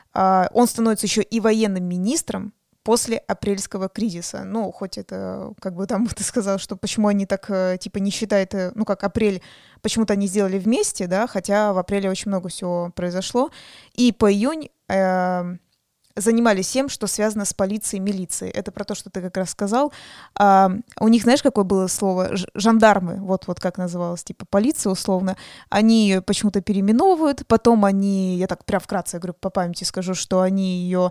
Он становится еще и военным министром после апрельского кризиса. Ну, хоть это, как бы там ты сказал, что почему они так, типа, не считают, ну, как апрель, почему-то они сделали вместе, да, хотя в апреле очень много всего произошло. И по июнь э, занимались тем, что связано с полицией и милицией. Это про то, что ты как раз сказал. А, у них, знаешь, какое было слово? Ж- жандармы, вот, вот как называлось, типа полиция условно. Они ее почему-то переименовывают, потом они, я так прям вкратце говорю, по памяти скажу, что они ее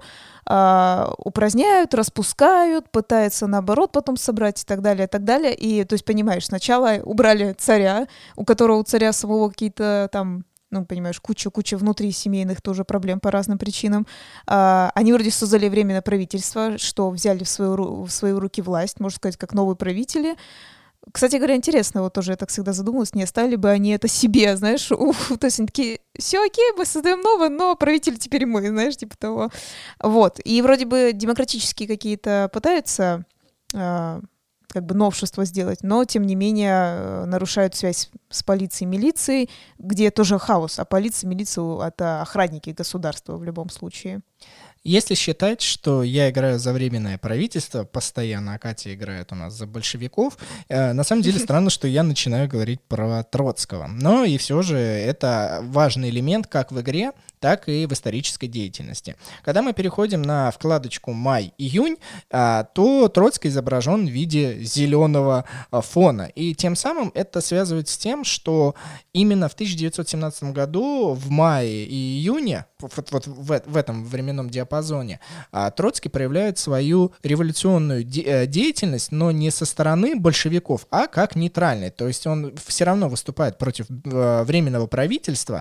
а, упраздняют, распускают, пытаются наоборот потом собрать и так далее, и так далее. И, то есть, понимаешь, сначала убрали царя, у которого у царя самого какие-то там, ну, понимаешь, куча-куча внутри семейных тоже проблем по разным причинам. А, они вроде создали временное правительство, что взяли в, свою, в свои руки власть, можно сказать, как новые правители. Кстати говоря, интересно, вот тоже я так всегда задумалась, не оставили бы они это себе, знаешь, ух, то есть они такие, все окей, мы создаем новое, но правитель теперь мы, знаешь, типа того. Вот, и вроде бы демократические какие-то пытаются а, как бы новшество сделать, но, тем не менее, нарушают связь с полицией и милицией, где тоже хаос, а полиция и милиция — это охранники государства в любом случае. Если считать, что я играю за временное правительство постоянно, а Катя играет у нас за большевиков, э, на самом деле странно, что я начинаю говорить про Троцкого. Но и все же это важный элемент как в игре, так и в исторической деятельности. Когда мы переходим на вкладочку «Май-июнь», э, то Троцкий изображен в виде зеленого э, фона. И тем самым это связывается с тем, что именно в тысяча девятьсот семнадцатом году в мае и июне, вот, вот в, в этом временном диапазоне, Троцкий проявляет свою революционную де- деятельность, но не со стороны большевиков, а как нейтральный. То есть он все равно выступает против э, временного правительства,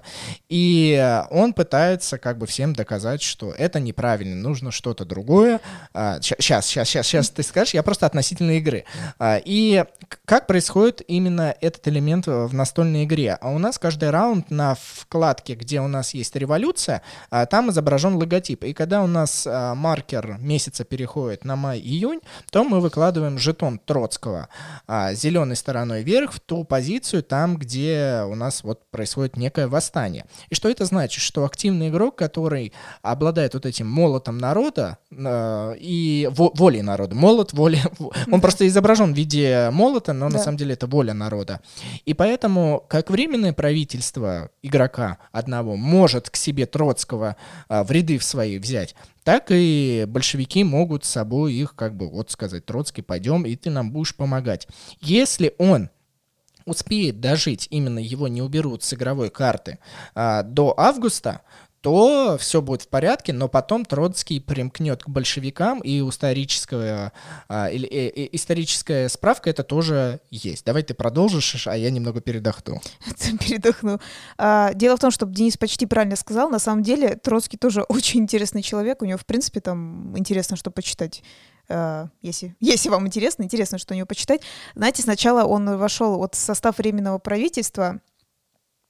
и он пытается как бы всем доказать, что это неправильно, нужно что-то другое. Сейчас, сейчас, сейчас, сейчас ты скажешь, я просто относительно игры. А, и как происходит именно этот элемент в настольной игре? А у нас каждый раунд на вкладке, где у нас есть революция, а, там изображен логотип. И когда у нас а, маркер месяца переходит на май-июнь, то мы выкладываем жетон Троцкого а, зеленой стороной вверх в ту позицию, там, где у нас вот происходит некое восстание. И что это значит? Что активный игрок, который обладает вот этим молотом народа э, и во- волей народа, молот, воля, он просто изображен в виде молота, но да. На самом деле это воля народа. И поэтому, как временное правительство игрока одного может к себе Троцкого э, в ряды в свои взять, так и большевики могут с собой их, как бы, вот сказать, Троцкий, пойдем, и ты нам будешь помогать. Если он успеет дожить, именно его не уберут с игровой карты а, до августа, то все будет в порядке, но потом Троцкий примкнет к большевикам, и историческая, а, или, и, и, историческая справка это тоже есть. Давай ты продолжишь, а я немного передохну. Передохну. А, дело в том, что Денис почти правильно сказал, на самом деле Троцкий тоже очень интересный человек, у него, в принципе, там интересно, что почитать. Uh, если, если вам интересно, интересно, что у него почитать. Знаете, сначала он вошел вот в состав Временного правительства,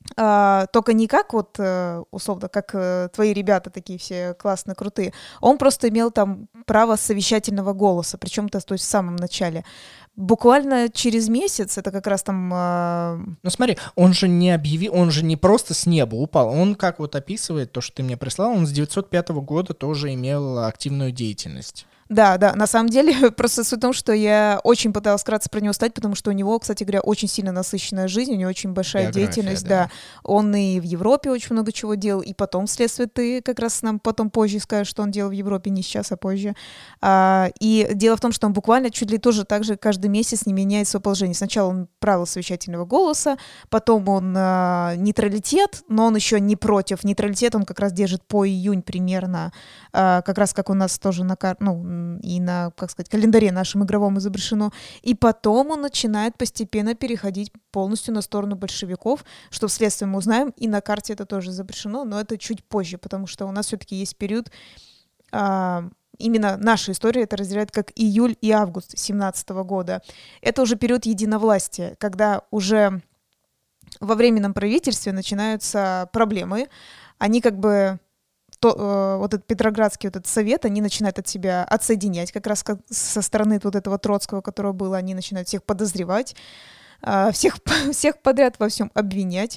А, только не как вот, э, условно, как э, твои ребята такие все классные, крутые. Он просто имел там право совещательного голоса, причем то, то есть в самом начале. Буквально через месяц, это как раз там... а, Ну смотри, он же не объявил, он же не просто с неба упал, он, как вот описывает то, что ты мне прислал, он с девятьсот пятого года тоже имел активную деятельность. Да, да, на самом деле, просто суть в том, что я очень пыталась вкратце про него стать, потому что у него, кстати говоря, очень сильно насыщенная жизнь, у него очень большая Биография, деятельность, да. да. Он и в Европе очень много чего делал, и потом, вследствие, ты как раз нам потом позже скажешь, что он делал в Европе, не сейчас, а позже. А, и дело в том, что он буквально чуть ли тоже так же каждый месяц не меняет свое положение. Сначала он правил совещательного голоса, потом он а, нейтралитет, но он еще не против. Нейтралитет он как раз держит по июнь примерно, а, как раз как у нас тоже на кар... ну, и на, как сказать, календаре нашем игровом изображено. И потом он начинает постепенно переходить полностью на сторону большевиков, что вследствие мы узнаем, и на карте это тоже изображено, но это чуть позже, потому что у нас все-таки есть период, а, именно наша история это разделяет как июль и август семнадцатого года. Это уже период единовластия, когда уже во временном правительстве начинаются проблемы. Они как бы то, э, вот этот Петроградский вот этот совет, они начинают от себя отсоединять, как раз как со стороны вот этого Троцкого, которого было, они начинают всех подозревать, э, всех, всех подряд во всем обвинять.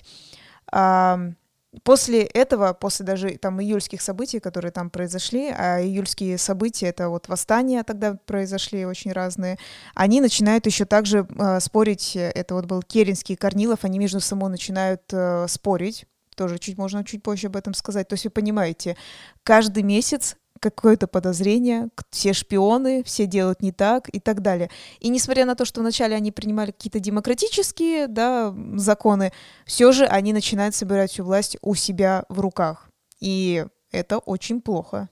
А после этого, после даже там июльских событий, которые там произошли, а июльские события, это вот восстания тогда произошли очень разные, они начинают еще также э, спорить, это вот был Керенский и Корнилов, они между собой начинают э, спорить, тоже чуть можно чуть позже об этом сказать. То есть вы понимаете, каждый месяц какое-то подозрение, все шпионы, все делают не так и так далее. И несмотря на то, что вначале они принимали какие-то демократические, да, законы, все же они начинают собирать всю власть у себя в руках. И это очень плохо.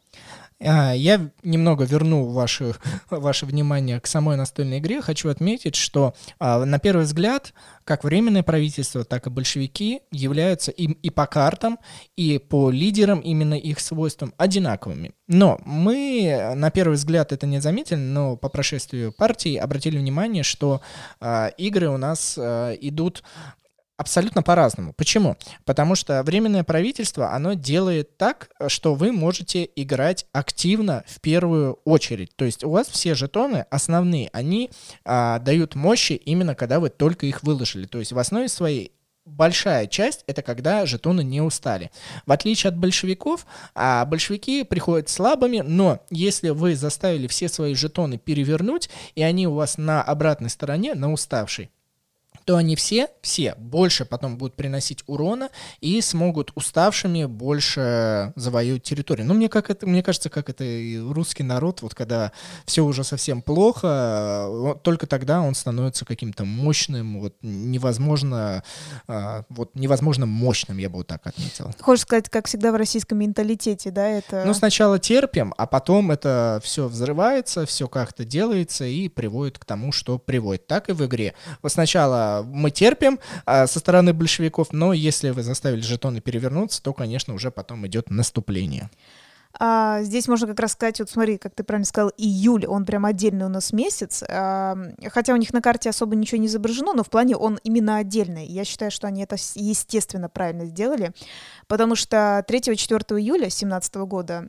Я немного верну ваше, ваше внимание к самой настольной игре. Хочу отметить, что на первый взгляд как временное правительство, так и большевики являются им и по картам, и по лидерам, именно их свойствам, одинаковыми. Но мы на первый взгляд это не заметили, но по прошествию партии обратили внимание, что игры у нас идут абсолютно по-разному. Почему? Потому что временное правительство, оно делает так, что вы можете играть активно в первую очередь. То есть у вас все жетоны основные, они а, дают мощи именно когда вы только их выложили. То есть в основе своей большая часть — это когда жетоны не устали. В отличие от большевиков, а большевики приходят слабыми, но если вы заставили все свои жетоны перевернуть, и они у вас на обратной стороне, на уставшей, то они все, все больше потом будут приносить урона и смогут уставшими больше завоевать территорию. Ну, мне, как это, мне кажется, как это и русский народ, вот когда все уже совсем плохо, вот только тогда он становится каким-то мощным, вот невозможно, вот невозможно мощным, я бы вот так отметил. Хочешь сказать, как всегда в российском менталитете, да, это... Ну, сначала терпим, а потом это все взрывается, все как-то делается и приводит к тому, что приводит. Так и в игре. Вот сначала мы терпим а, со стороны большевиков, но если вы заставили жетоны перевернуться, то, конечно, уже потом идет наступление. А, здесь можно как раз сказать, вот смотри, как ты правильно сказал, июль, он прям отдельный у нас месяц, а, хотя у них на карте особо ничего не изображено, но в плане он именно отдельный. Я считаю, что они это естественно правильно сделали, потому что третьего-четвёртого июля две тысячи семнадцатого года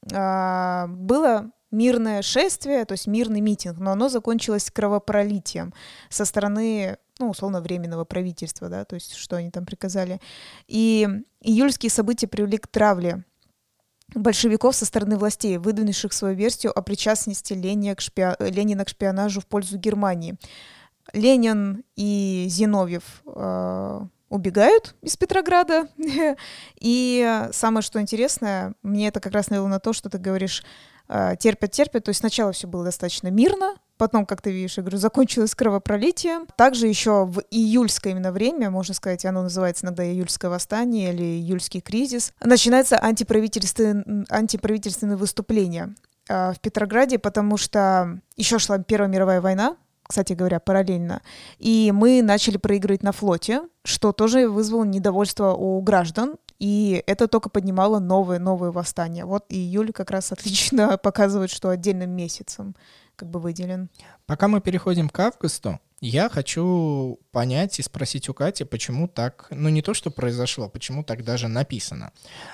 а, было мирное шествие, то есть мирный митинг, но оно закончилось кровопролитием со стороны, ну, условно, временного правительства, да, то есть что они там приказали. И июльские события привели к травле большевиков со стороны властей, выдвинувших свою версию о причастности Ленина к, шпи... Ленина к шпионажу в пользу Германии. Ленин и Зиновьев э, убегают из Петрограда. И самое, что интересное, мне это как раз навело на то, что ты говоришь, терпят-терпят. То есть сначала все было достаточно мирно, потом, как ты видишь, я говорю, закончилось кровопролитие. Также еще в июльское именно время, можно сказать, оно называется иногда июльское восстание или июльский кризис, начинается антиправительственное, антиправительственное выступление э, в Петрограде, потому что еще шла Первая мировая война, кстати говоря, параллельно, и мы начали проигрывать на флоте, что тоже вызвало недовольство у граждан, и это только поднимало новые-новые восстания. Вот июль как раз отлично показывает, что отдельным месяцем как бы выделен. Пока мы переходим к августу, я хочу понять и спросить у Кати, почему так, ну не то, что произошло, почему так даже написано.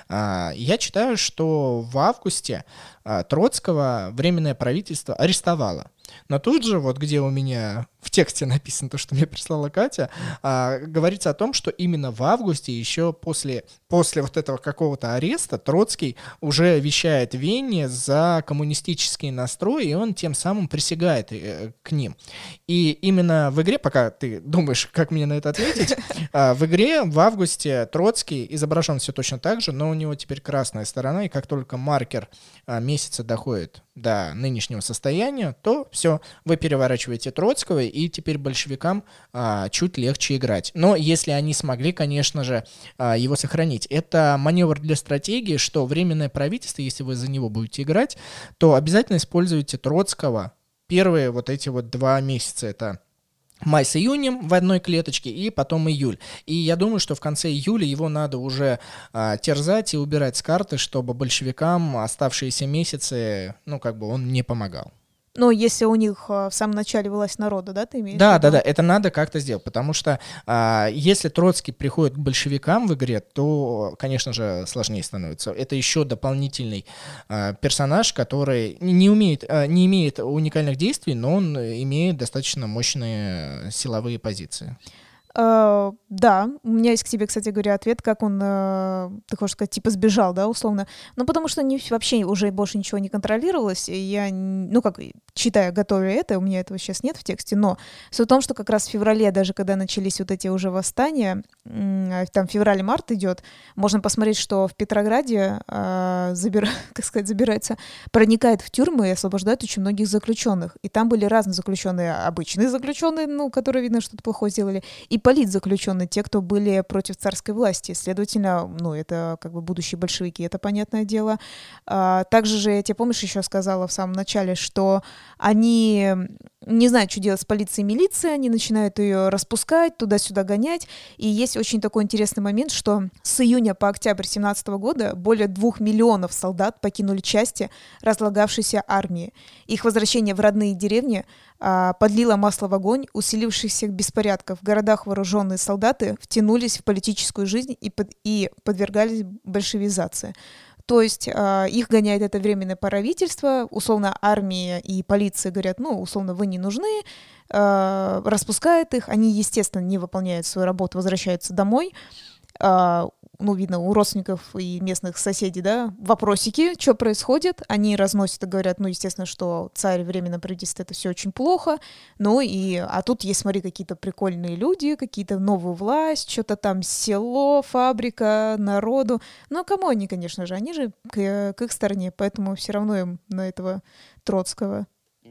А, я читаю, что в августе а, Троцкого Временное правительство арестовало. Но тут же, вот где у меня в тексте написано то, что мне прислала Катя, а, говорится о том, что именно в августе, еще после, после вот этого какого-то ареста, Троцкий уже вещает Вене за коммунистический настрой, и он тем самым присягает э, к ним. И именно в игре, пока ты думаешь, как мне на это ответить, а, в игре в августе Троцкий изображен все точно так же, но у него теперь красная сторона, и как только маркер а, месяца доходит до нынешнего состояния, то все, вы переворачиваете Троцкого, и теперь большевикам а, чуть легче играть. Но если они смогли, конечно же, а, его сохранить. Это маневр для стратегии, что Временное правительство, если вы за него будете играть, то обязательно используйте Троцкого первые вот эти вот два месяца. Это май с июнем в одной клеточке, и потом июль. И я думаю, что в конце июля его надо уже а, терзать и убирать с карты, чтобы большевикам оставшиеся месяцы, ну, как бы он не помогал. Но если у них а, в самом начале власть народа, да, ты имеешь Да, в виду? да, да, это надо как-то сделать, потому что а, если Троцкий приходит к большевикам в игре, то, конечно же, сложнее становится. Это еще дополнительный а, персонаж, который не, умеет, а, не имеет уникальных действий, но он имеет достаточно мощные силовые позиции. Uh, да, у меня есть к тебе, кстати говоря, ответ, как он, uh, ты хочешь сказать, типа сбежал, да, условно. Ну, потому что не, вообще уже больше ничего не контролировалось, и я, ну, как, читая, готовя это, у меня этого сейчас нет в тексте, но суть в том, что как раз в феврале, даже когда начались вот эти уже восстания, там февраль-март идет, можно посмотреть, что в Петрограде, uh, забира, как сказать, забирается, проникает в тюрьмы и освобождает очень многих заключенных. И там были разные заключенные, обычные заключенные, ну, которые, видно, что-то плохое сделали, и политзаключенные, те, кто были против царской власти. Следовательно, ну, это как бы будущие большевики, это понятное дело. А, также же, я тебе, помнишь, еще сказала в самом начале, что они не знают, что делать с полицией и милицией, они начинают ее распускать, туда-сюда гонять. И есть очень такой интересный момент, что с июня по октябрь семнадцатого года более двух миллионов солдат покинули части разлагавшейся армии. Их возвращение в родные деревни а, подлило масло в огонь усилившихся беспорядков. В городах вооруженные солдаты втянулись в политическую жизнь и, под, и подвергались большевизации. То есть э, их гоняет это временное правительство, условно армия и полиция говорят, ну, условно, вы не нужны, э, распускают их, они, естественно, не выполняют свою работу, возвращаются домой. Э, ну, видно, у родственников и местных соседей, да, вопросики, что происходит, они разносят и говорят, ну, естественно, что царь, временное правительство, это все очень плохо, ну, и, а тут есть, смотри, какие-то прикольные люди, какие-то новую власть, что-то там село, фабрика, народу, ну, кому они, конечно же, они же к, к их стороне, поэтому все равно им на этого Троцкого.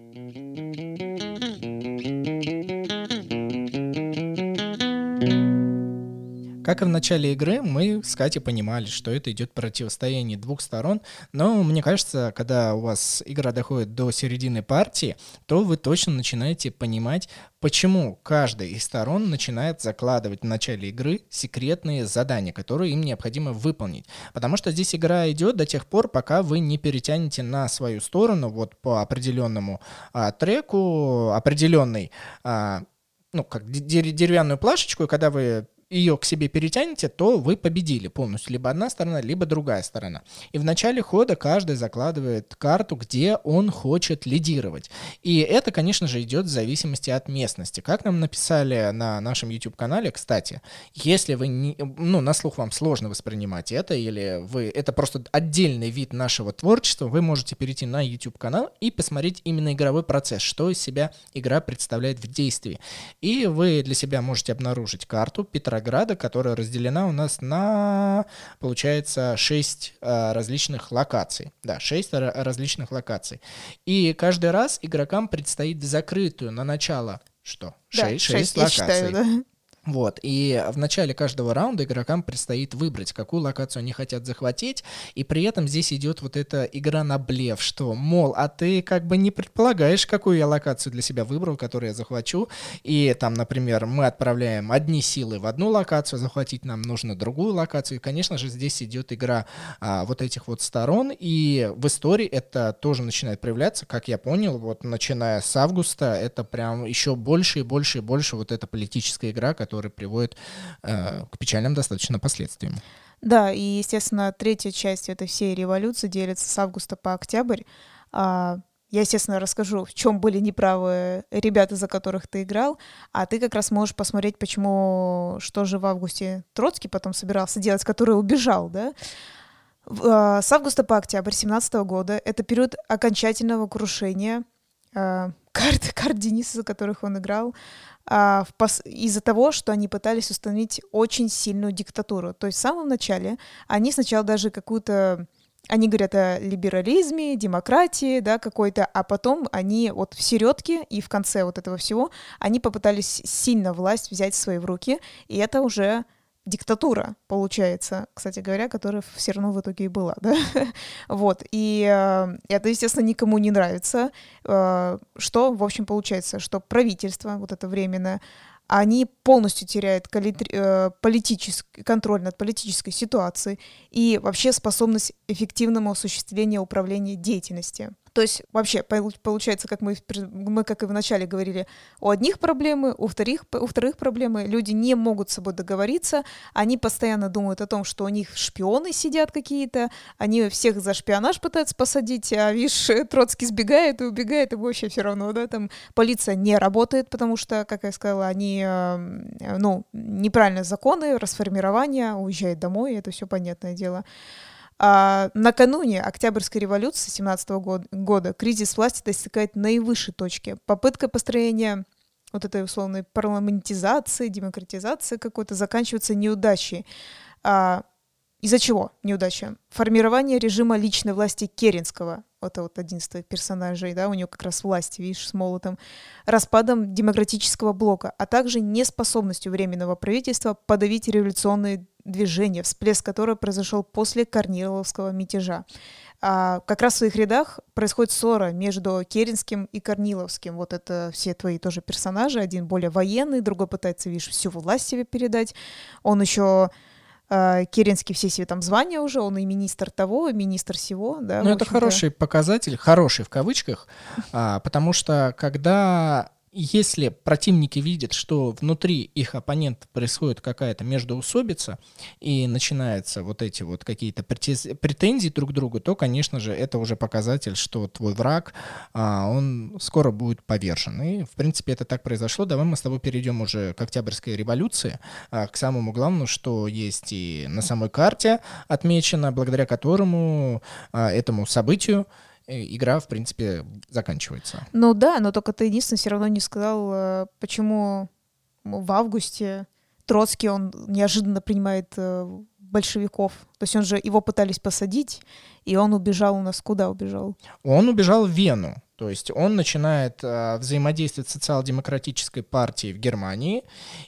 Как и в начале игры, мы с Катей понимали, что это идет противостояние двух сторон, но мне кажется, когда у вас игра доходит до середины партии, то вы точно начинаете понимать, почему каждая из сторон начинает закладывать в начале игры секретные задания, которые им необходимо выполнить. Потому что здесь игра идет до тех пор, пока вы не перетянете на свою сторону вот по определенному а, треку, определенный, а, ну, как деревянную плашечку, и когда вы ее к себе перетянете, то вы победили полностью. Либо одна сторона, либо другая сторона. И в начале хода каждый закладывает карту, где он хочет лидировать. И это, конечно же, идет в зависимости от местности. Как нам написали на нашем YouTube-канале, кстати, если вы, не, ну, на слух вам сложно воспринимать это, или вы, это просто отдельный вид нашего творчества, вы можете перейти на YouTube-канал и посмотреть именно игровой процесс, что из себя игра представляет в действии. И вы для себя можете обнаружить карту Петрограда, которая разделена у нас на, получается, шесть а, различных локаций. Да, шесть р- различных локаций. И каждый раз игрокам предстоит в закрытую на начало что? Да, шесть, шесть шесть локаций. Я считаю, да. Вот, и в начале каждого раунда игрокам предстоит выбрать, какую локацию они хотят захватить, и при этом здесь идет вот эта игра на блеф, что, мол, а ты как бы не предполагаешь, какую я локацию для себя выбрал, которую я захвачу, и там, например, мы отправляем одни силы в одну локацию, захватить нам нужно другую локацию, и, конечно же, здесь идет игра а, вот этих вот сторон, и в истории это тоже начинает проявляться, как я понял, вот начиная с августа, это прям еще больше и больше и больше вот эта политическая игра, которая который приводит э, к печальным достаточно последствиям. Да, и, естественно, третья часть этой всей революции делится с августа по октябрь. А, я, естественно, расскажу, в чем были неправы ребята, за которых ты играл, а ты как раз можешь посмотреть, почему, что же в августе Троцкий потом собирался делать, который убежал, да? В, с августа по октябрь семнадцатого года это период окончательного крушения а, карт, карт Дениса, за которых он играл, а, в пос... из-за того, что они пытались установить очень сильную диктатуру. То есть в самом начале они сначала даже какую-то... Они говорят о либерализме, демократии, да, какой-то, а потом они вот в середке и в конце вот этого всего они попытались сильно власть взять в свои в руки, и это уже диктатура, получается, кстати говоря, которая все равно в итоге и была, да, вот, и э, это, естественно, никому не нравится, э, что, в общем, получается, что правительство, вот это временное, они полностью теряют э, политический контроль над политической ситуацией и вообще способность эффективному осуществлению управления деятельностью. То есть вообще получается, как мы, мы как и вначале говорили, у одних проблемы, у вторых, у вторых проблемы, люди не могут с собой договориться, они постоянно думают о том, что у них шпионы сидят какие-то, они всех за шпионаж пытаются посадить, а видишь, Троцкий сбегает и убегает, и вообще все равно, да, там полиция не работает, потому что, как я сказала, они, ну, неправильные законы, расформирование, уезжают домой, это все понятное дело. А накануне Октябрьской революции семнадцатого года, года кризис власти достигает наивысшей точки. Попытка построения вот этой условной парламентизации, демократизации какой-то заканчивается неудачей. А, из-за чего неудача? Формирование режима личной власти Керенского. Это вот один из твоих персонажей, да, у него как раз власть, видишь, с молотом. Распадом демократического блока, а также неспособностью Временного правительства подавить революционные движение, всплеск которого произошел после Корниловского мятежа. А как раз в своих рядах происходит ссора между Керенским и Корниловским. Вот это все твои тоже персонажи. Один более военный, другой пытается, видишь, всю власть себе передать. Он еще... Uh, Керенский все себе там звания уже, он и министр того, и министр сего. Да, ну, это хороший показатель, хороший в кавычках, а, потому что когда... Если противники видят, что внутри их оппонента происходит какая-то междоусобица и начинаются вот эти вот какие-то претензии друг к другу, то, конечно же, это уже показатель, что твой враг, а, он скоро будет повержен. И, в принципе, это так произошло. Давай мы с тобой перейдем уже к Октябрьской революции, а, к самому главному, что есть и на самой карте отмечено, благодаря которому а, этому событию игра, в принципе, заканчивается. Ну да, но только ты единственное все равно не сказал, почему в августе Троцкий, он неожиданно принимает большевиков. То есть он же, его пытались посадить, и он убежал у нас. Куда убежал? Он убежал в Вену. То есть он начинает э, взаимодействовать с социал-демократической партией в Германии,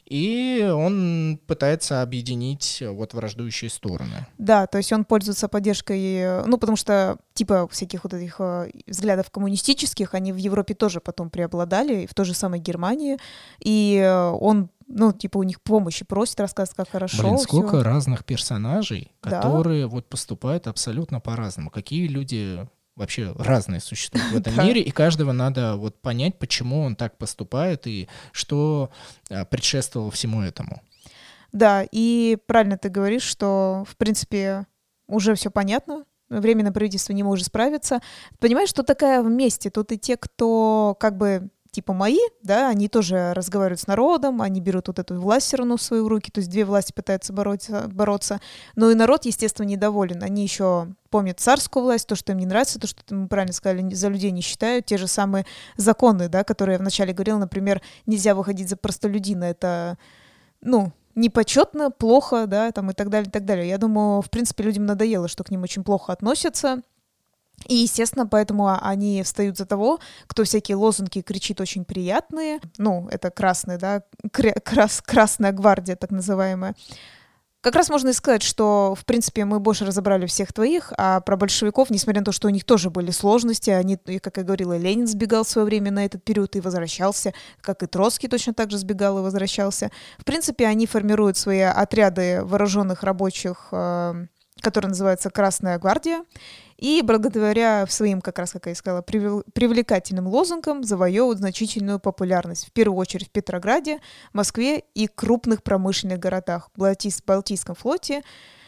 и он пытается объединить вот враждующие стороны. Да, то есть он пользуется поддержкой, ну, потому что типа всяких вот этих э, взглядов коммунистических, они в Европе тоже потом преобладали, в той же самой Германии, и э, он ну, типа, у них помощи просит, рассказывает, как хорошо. Блин, сколько всё. разных персонажей, Да. которые вот поступают абсолютно по-разному. Какие люди вообще разные существуют в этом Да. мире, и каждого надо вот понять, почему он так поступает и что а, предшествовало всему этому. Да, и правильно ты говоришь, что, в принципе, уже все понятно, Временное правительство не может справиться. Понимаешь, что такая вместе? Тут и те, кто как бы типа мои, да, они тоже разговаривают с народом, они берут вот эту власть все равно в свои руки, то есть две власти пытаются бороться, бороться, но и народ, естественно, недоволен. Они еще помнят царскую власть, то, что им не нравится, то, что мы правильно сказали, за людей не считают, те же самые законы, да, которые я вначале говорила, например, нельзя выходить за простолюдина, это, ну, непочетно, плохо, да, там и так далее, и так далее. Я думаю, в принципе, людям надоело, что к ним очень плохо относятся. И, естественно, поэтому они встают за того, кто всякие лозунги кричит очень приятные. Ну, это красные, да, крас, красная гвардия, так называемая. Как раз можно и сказать, что, в принципе, мы больше разобрали всех твоих, а про большевиков, несмотря на то, что у них тоже были сложности, они, как я говорила, Ленин сбегал в свое время на этот период и возвращался, как и Троцкий точно так же сбегал и возвращался. В принципе, они формируют свои отряды вооруженных рабочих, которые называются «Красная гвардия», и благодаря своим, как раз, как я и сказала, привлекательным лозунгам завоевывают значительную популярность, в первую очередь в Петрограде, Москве и крупных промышленных городах, Балтийс- Балтийском флоте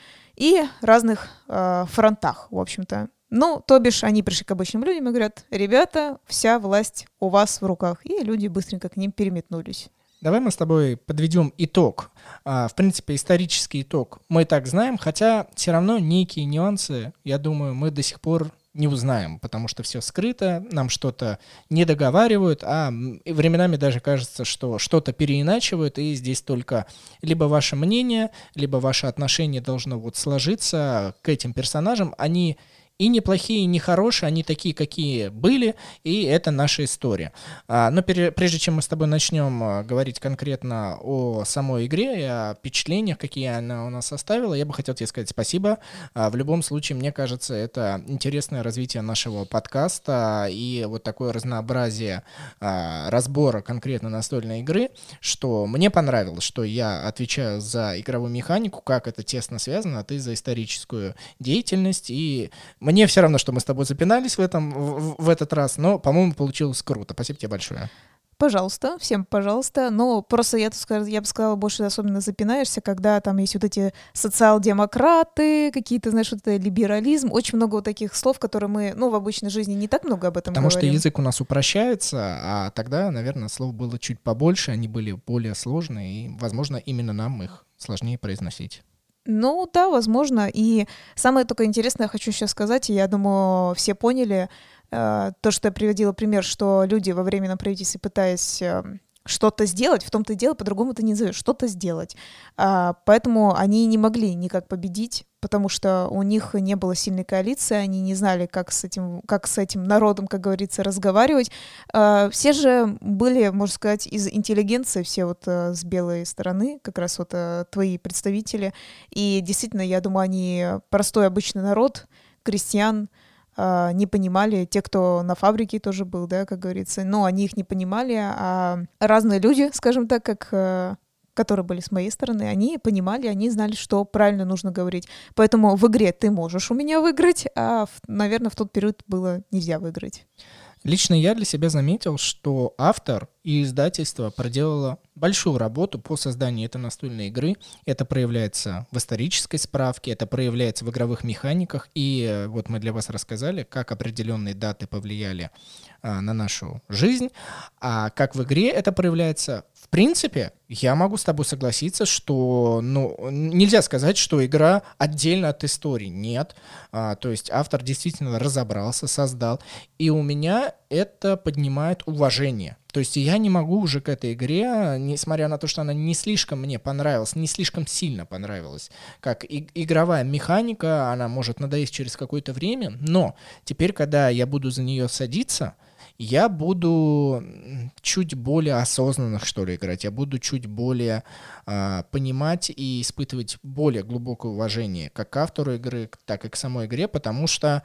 и разных э, фронтах, в общем-то. Ну, то бишь, они пришли к обычным людям и говорят: ребята, вся власть у вас в руках, и люди быстренько к ним переметнулись. Давай мы с тобой подведем итог. А, в принципе, исторический итог мы и так знаем, хотя все равно некие нюансы, я думаю, мы до сих пор не узнаем, потому что все скрыто, нам что-то не договаривают, а временами даже кажется, что что-то переиначивают, и здесь только либо ваше мнение, либо ваше отношение должно вот сложиться к этим персонажам. Они и неплохие, и нехорошие, они такие, какие были, и это наша история. А, но пере, прежде чем мы с тобой начнем а, говорить конкретно о самой игре и о впечатлениях, какие она у нас оставила, я бы хотел тебе сказать спасибо. А, в любом случае, мне кажется, это интересное развитие нашего подкаста и вот такое разнообразие а, разбора конкретно настольной игры, что мне понравилось, что я отвечаю за игровую механику, как это тесно связано, а ты за историческую деятельность, и мне все равно, что мы с тобой запинались в, этом, в, в этот раз, но, по-моему, получилось круто. Спасибо тебе большое. Пожалуйста, всем пожалуйста. Но просто я, я бы сказала, больше особенно запинаешься, когда там есть вот эти социал-демократы, какие-то, знаешь, вот это либерализм. Очень много вот таких слов, которые мы, ну, в обычной жизни не так много об этом Потому говорим. Потому что язык у нас упрощается, а тогда, наверное, слов было чуть побольше, они были более сложные, и, возможно, именно нам их сложнее произносить. Ну да, возможно. И самое только интересное я хочу сейчас сказать, и я думаю, все поняли, э, то, что я приводила пример, что люди во временном правительстве, пытаясь э, что-то сделать, в том-то и дело, по-другому ты не назовешь, что-то сделать. А, поэтому они не могли никак победить, потому что у них не было сильной коалиции, они не знали, как с этим, как с этим народом, как говорится, разговаривать. А, все же были, можно сказать, из интеллигенции, все вот а, с белой стороны, как раз вот а, твои представители. И действительно, я думаю, они простой обычный народ, крестьян, Uh, не понимали, те, кто на фабрике тоже был, да, как говорится, но они их не понимали, а разные люди, скажем так, как, uh, которые были с моей стороны, они понимали, они знали, что правильно нужно говорить. Поэтому в игре ты можешь у меня выиграть, а, в, наверное, в тот период было нельзя выиграть. Лично я для себя заметил, что автор и издательство проделало большую работу по созданию этой настольной игры. Это проявляется в исторической справке, это проявляется в игровых механиках. И вот мы для вас рассказали, как определенные даты повлияли а, на нашу жизнь. А как в игре это проявляется? В принципе, я могу с тобой согласиться, что ну, нельзя сказать, что игра отдельно от истории. Нет. А, то есть автор действительно разобрался, создал. И у меня это поднимает уважение. То есть я не могу уже к этой игре, несмотря на то, что она не слишком мне понравилась, не слишком сильно понравилась, как и- игровая механика, она может надоесть через какое-то время, но теперь, когда я буду за нее садиться, я буду чуть более осознанно, что ли, играть, я буду чуть более а, понимать и испытывать более глубокое уважение как к автору игры, так и к самой игре, потому что,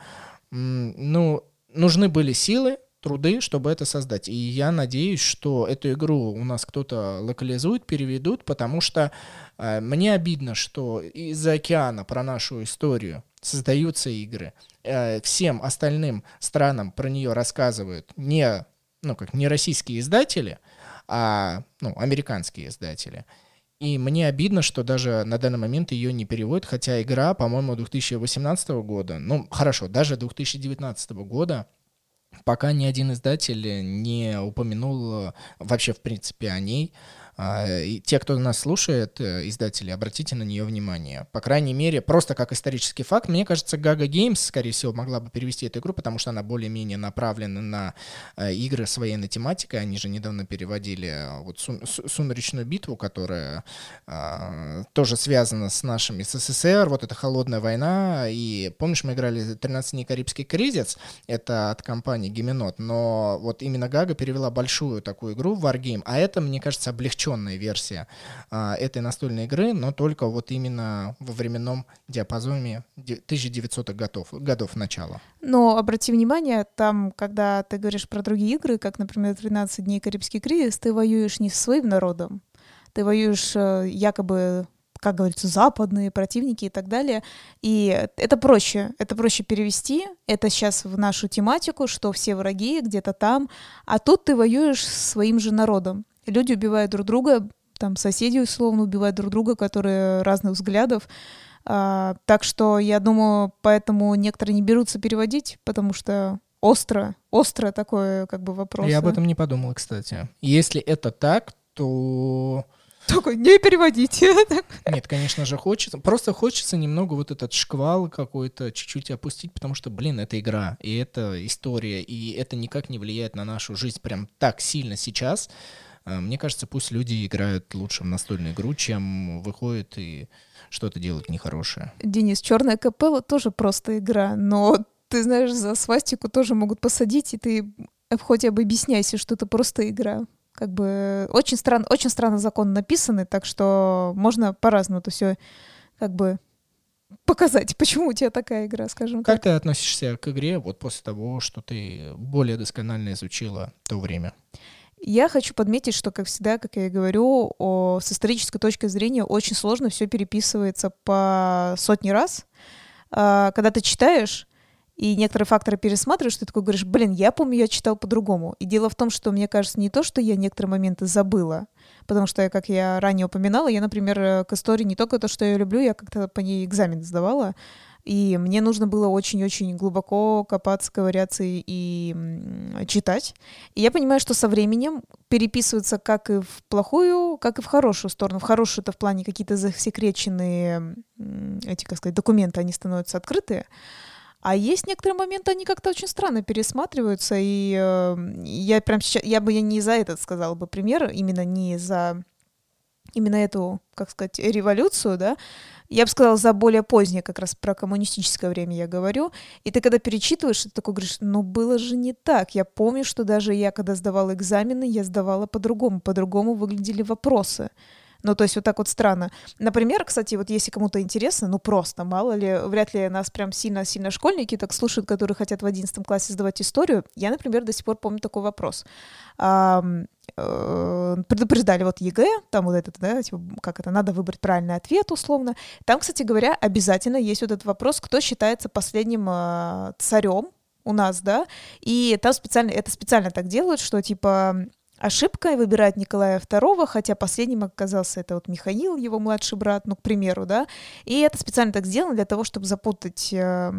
м, ну, нужны были силы, труды, чтобы это создать. И я надеюсь, что эту игру у нас кто-то локализует, переведут, потому что э, мне обидно, что из-за океана про нашу историю создаются игры. Э, всем остальным странам про нее рассказывают не, ну, как, не российские издатели, а ну, американские издатели. И мне обидно, что даже на данный момент ее не переводят, хотя игра, по-моему, две тысячи восемнадцатого года, ну, хорошо, даже две тысячи девятнадцатого года, пока ни один издатель не упомянул вообще, в принципе, о ней. И те, кто нас слушает, издатели, обратите на нее внимание. По крайней мере, просто как исторический факт, мне кажется, Gaga Games, скорее всего, могла бы перевести эту игру, потому что она более-менее направлена на игры с военной тематикой. Они же недавно переводили вот «Сумеречную битву», которая а, тоже связана с нашим СССР, вот эта холодная война. И помнишь, мы играли тринадцать дней Карибский кризис, это от компании Гименот, но вот именно Gaga перевела большую такую игру в Wargame, а это, мне кажется, облегченная версия а, этой настольной игры, но только вот именно во временном диапазоне тысяча девятисотых годов, годов начала. Но обрати внимание, там, когда ты говоришь про другие игры, как, например, тринадцать дней Карибский кризис, ты воюешь не с своим народом, ты воюешь якобы, как говорится, западные противники и так далее. И это проще, это проще перевести, это сейчас в нашу тематику, что все враги где-то там, а тут ты воюешь с своим же народом. Люди убивают друг друга, там соседи условно убивают друг друга, которые разных взглядов. А, так что я думаю, поэтому некоторые не берутся переводить, потому что остро, остро такое как бы вопрос. Я об этом не подумал, кстати. Если это так, то... Только не переводите. Нет, конечно же, хочется. Просто хочется немного вот этот шквал какой-то чуть-чуть опустить, потому что, блин, это игра, и это история, и это никак не влияет на нашу жизнь прям так сильно сейчас. Мне кажется, пусть люди играют лучше в настольную игру, чем выходят и что-то делают нехорошее. Денис, «Черная капелла» тоже просто игра, но ты знаешь, за свастику тоже могут посадить, и ты хоть об объясняйся, что это просто игра. Как бы очень странно, очень странно закон написаны, так что можно по-разному это все как бы показать, почему у тебя такая игра, скажем так. Как ты относишься к игре вот после того, что ты более досконально изучила то время? Я хочу подметить, что, как всегда, как я и говорю, о, с исторической точки зрения очень сложно все переписывается по сотни раз. А, когда ты читаешь и некоторые факторы пересматриваешь, ты такой говоришь, блин, я помню, я читал по-другому. И дело в том, что мне кажется не то, что я некоторые моменты забыла, потому что, как я ранее упоминала, я, например, к истории не только то, что я люблю, я как-то по ней экзамен сдавала, и мне нужно было очень-очень глубоко копаться, ковыряться и, и читать. И я понимаю, что со временем переписывается как и в плохую, как и в хорошую сторону. В хорошую это в плане какие-то засекреченные эти, как сказать, документы, они становятся открытые. А есть некоторые моменты, они как-то очень странно пересматриваются, и э, я прям сейчас, я бы не за этот сказала бы пример, именно не за именно эту, как сказать, революцию, да, я бы сказала, за более позднее, как раз про коммунистическое время я говорю, и ты когда перечитываешь, ты такой говоришь, ну было же не так, я помню, что даже я, когда сдавала экзамены, я сдавала по-другому, по-другому выглядели вопросы. Ну, то есть вот так вот странно. Например, кстати, вот если кому-то интересно, ну просто, мало ли, вряд ли нас прям сильно-сильно школьники так слушают, которые хотят в одиннадцатом классе сдавать историю. Я, например, до сих пор помню такой вопрос. А, э, предупреждали вот ЕГЭ, там вот этот, да, типа, как это, надо выбрать правильный ответ, условно. Там, кстати говоря, обязательно есть вот этот вопрос, кто считается последним э, царем у нас, да, и там специально, это специально так делают, что, типа, ошибкой выбирать Николая второго, хотя последним оказался это вот Михаил, его младший брат, ну, к примеру, да, и это специально так сделано для того, чтобы запутать э,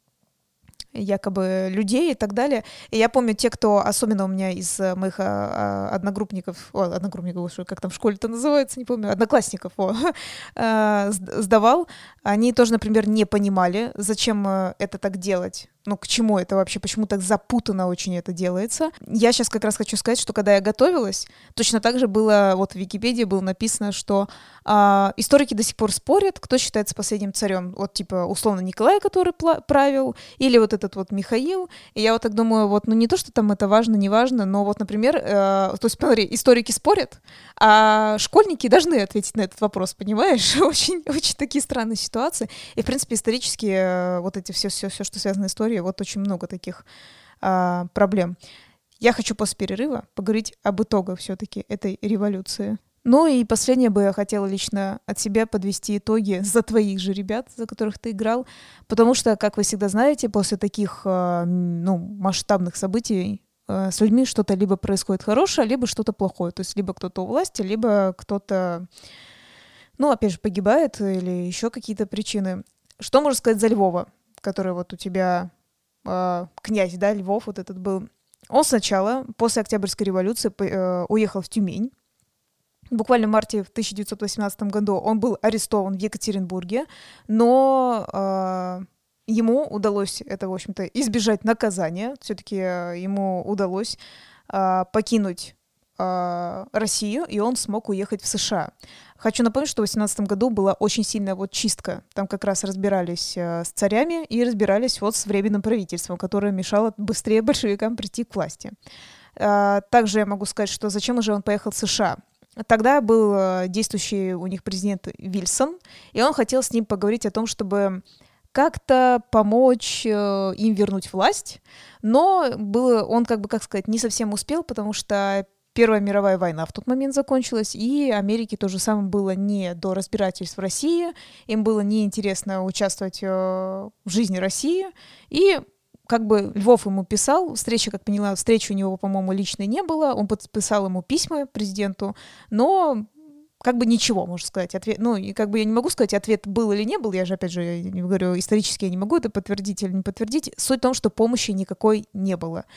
якобы людей и так далее. И я помню, те, кто, особенно у меня из моих а, одногруппников, о, одногруппников, как там в школе-то называется, не помню, одноклассников, о, а, сдавал, они тоже, например, не понимали, зачем это так делать. Ну, к чему это вообще, почему так запутанно очень это делается. Я сейчас как раз хочу сказать, что когда я готовилась, точно так же было, вот в Википедии было написано, что а, историки до сих пор спорят, кто считается последним царем. Вот типа условно Николай, который пла- правил, или вот этот вот Михаил. И я вот так думаю, вот, ну не то, что там это важно, не важно, но вот, например, э, то есть, смотри, историки спорят, а школьники должны ответить на этот вопрос, понимаешь? Очень, очень такие странные ситуации. И, в принципе, исторически э, вот эти все-все, все, что связано с историей, вот очень много таких а, проблем. Я хочу после перерыва поговорить об итогах все-таки этой революции. Ну и последнее бы я хотела лично от себя подвести итоги за твоих же ребят, за которых ты играл, потому что, как вы всегда знаете, после таких а, ну, масштабных событий а, с людьми что-то либо происходит хорошее, либо что-то плохое. То есть либо кто-то у власти, либо кто-то, ну, опять же, погибает или еще какие-то причины. Что можно сказать за Львова, который вот у тебя... князь, да, Львов вот этот был, он сначала, после Октябрьской революции, уехал в Тюмень, буквально в марте в тысяча девятьсот восемнадцатом году он был арестован в Екатеринбурге, но э, ему удалось это, в общем-то, избежать наказания. Все-таки э, ему удалось э, покинуть э, Россию, и он смог уехать в США. Хочу напомнить, что в восемнадцатом году была очень сильная вот чистка. Там как раз разбирались э, с царями и разбирались вот с временным правительством, которое мешало быстрее большевикам прийти к власти. Э, также я могу сказать, что зачем уже он поехал в США. Тогда был э, действующий у них президент Вильсон, и он хотел с ним поговорить о том, чтобы как-то помочь э, им вернуть власть, но было, он, как бы, как сказать, не совсем успел, потому что Первая мировая война в тот момент закончилась, и Америке то же самое было не до разбирательств в России, им было неинтересно участвовать э, в жизни России, и как бы Львов ему писал, встречи, как поняла, встречи у него, по-моему, личной не было, он подписал ему письма президенту, но как бы ничего, можно сказать. Ответ, ну, и как бы я не могу сказать, ответ был или не был, я же, опять же, я не говорю, исторически я не могу это подтвердить или не подтвердить. Суть в том, что помощи никакой не было.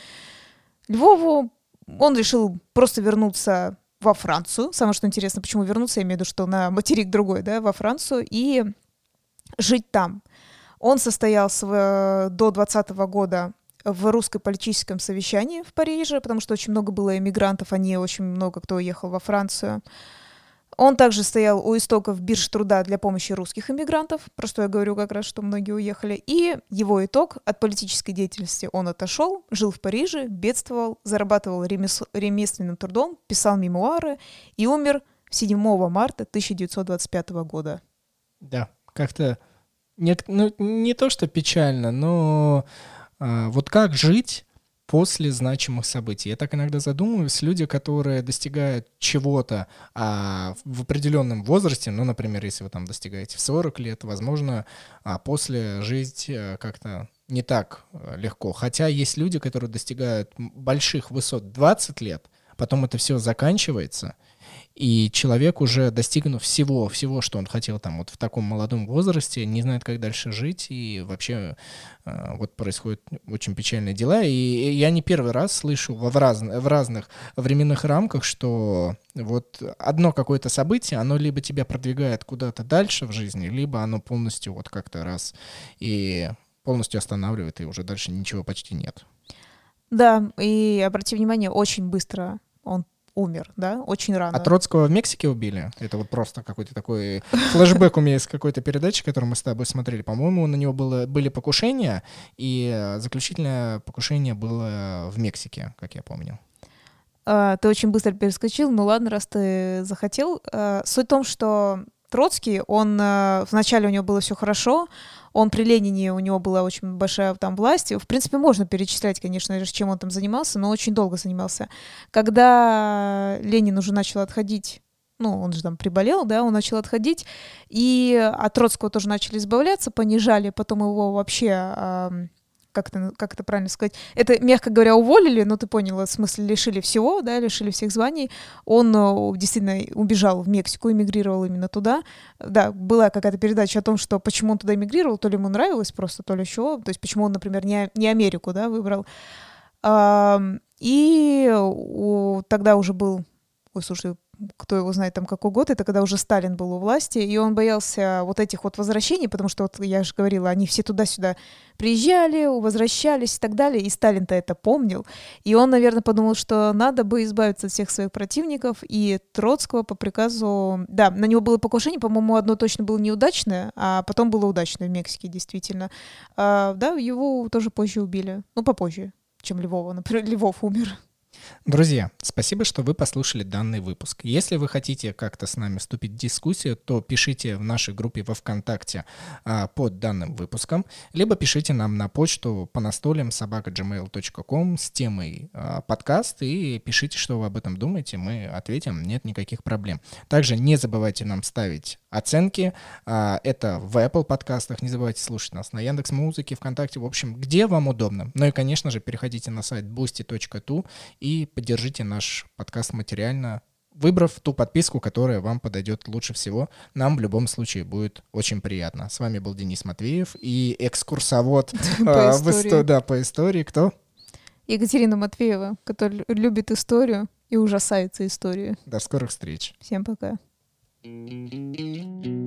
Львову он решил просто вернуться во Францию. Самое что интересно, почему вернуться, я имею в виду, что на материк другой, да, во Францию, и жить там. Он состоялся в, до двадцатого года в русско-политическом совещании в Париже, потому что очень много было эмигрантов, они очень много кто уехал во Францию. Он также стоял у истоков бирж труда для помощи русских иммигрантов, про что я говорю как раз, что многие уехали. И его итог: от политической деятельности он отошел, жил в Париже, бедствовал, зарабатывал ремес... ремесленным трудом, писал мемуары и умер седьмого марта тысяча девятьсот двадцать пятого года. Да, как-то не, ну, не то, что печально, но а, вот как жить после значимых событий. Я так иногда задумываюсь, люди, которые достигают чего-то а, в определенном возрасте, ну, например, если вы там достигаете в сорок лет, возможно, а после жить а, как-то не так легко. Хотя есть люди, которые достигают больших высот в двадцать лет, потом это все заканчивается, и человек, уже достигнув всего, всего, что он хотел там вот в таком молодом возрасте, не знает, как дальше жить, и вообще э, вот происходят очень печальные дела. И я не первый раз слышу в, раз, в разных временных рамках, что вот одно какое-то событие, оно либо тебя продвигает куда-то дальше в жизни, либо оно полностью вот как-то раз и полностью останавливает, и уже дальше ничего почти нет. Да, и обрати внимание, очень быстро он умер, да, очень рано. А Троцкого в Мексике убили? Это вот просто какой-то такой флешбэк у меня из какой-то передачи, которую мы с тобой смотрели. По-моему, на него было, были покушения, и заключительное покушение было в Мексике, как я помню. А, ты очень быстро перескочил, ну ладно, раз ты захотел. А, суть в том, что Троцкий, он а, вначале у него было все хорошо, он при Ленине, у него была очень большая там власть. В принципе, можно перечислять, конечно, чем он там занимался, но очень долго занимался. Когда Ленин уже начал отходить, ну, он же там приболел, да, он начал отходить, и от Троцкого тоже начали избавляться, понижали, потом его вообще... А, Как это, как это правильно сказать? Это, мягко говоря, уволили, но ты поняла, в смысле, лишили всего, да, лишили всех званий. Он э, действительно убежал в Мексику, эмигрировал именно туда. Да, была какая-то передача о том, что почему он туда эмигрировал, то ли ему нравилось просто, то ли еще, то есть почему он, например, не, не Америку, да, выбрал. А, и у, тогда уже был, ой, слушай, кто его знает, там какой год, это когда уже Сталин был у власти, и он боялся вот этих вот возвращений, потому что, вот я же говорила, они все туда-сюда приезжали, возвращались и так далее, и Сталин-то это помнил, и он, наверное, подумал, что надо бы избавиться от всех своих противников, и Троцкого по приказу, да, на него было покушение, по-моему, одно точно было неудачное, а потом было удачное в Мексике, действительно. А, да, его тоже позже убили, ну, попозже, чем Львова, например, Львов умер. Друзья, спасибо, что вы послушали данный выпуск. Если вы хотите как-то с нами вступить в дискуссию, то пишите в нашей группе во ВКонтакте а, под данным выпуском, либо пишите нам на почту понастольем собака джи мейл точка ком с темой а, подкаст и пишите, что вы об этом думаете, мы ответим, нет никаких проблем. Также не забывайте нам ставить оценки, а, это в Apple подкастах, не забывайте слушать нас на Яндекс.Музыке, ВКонтакте, в общем, где вам удобно. Ну и, конечно же, переходите на сайт бусти точка ту и поддержите наш подкаст материально, выбрав ту подписку, которая вам подойдет лучше всего. Нам в любом случае будет очень приятно. С вами был Денис Матвеев и экскурсовод по истории. Кто? Екатерина Матвеева, которая любит историю. И ужасается история. До скорых встреч. Всем пока.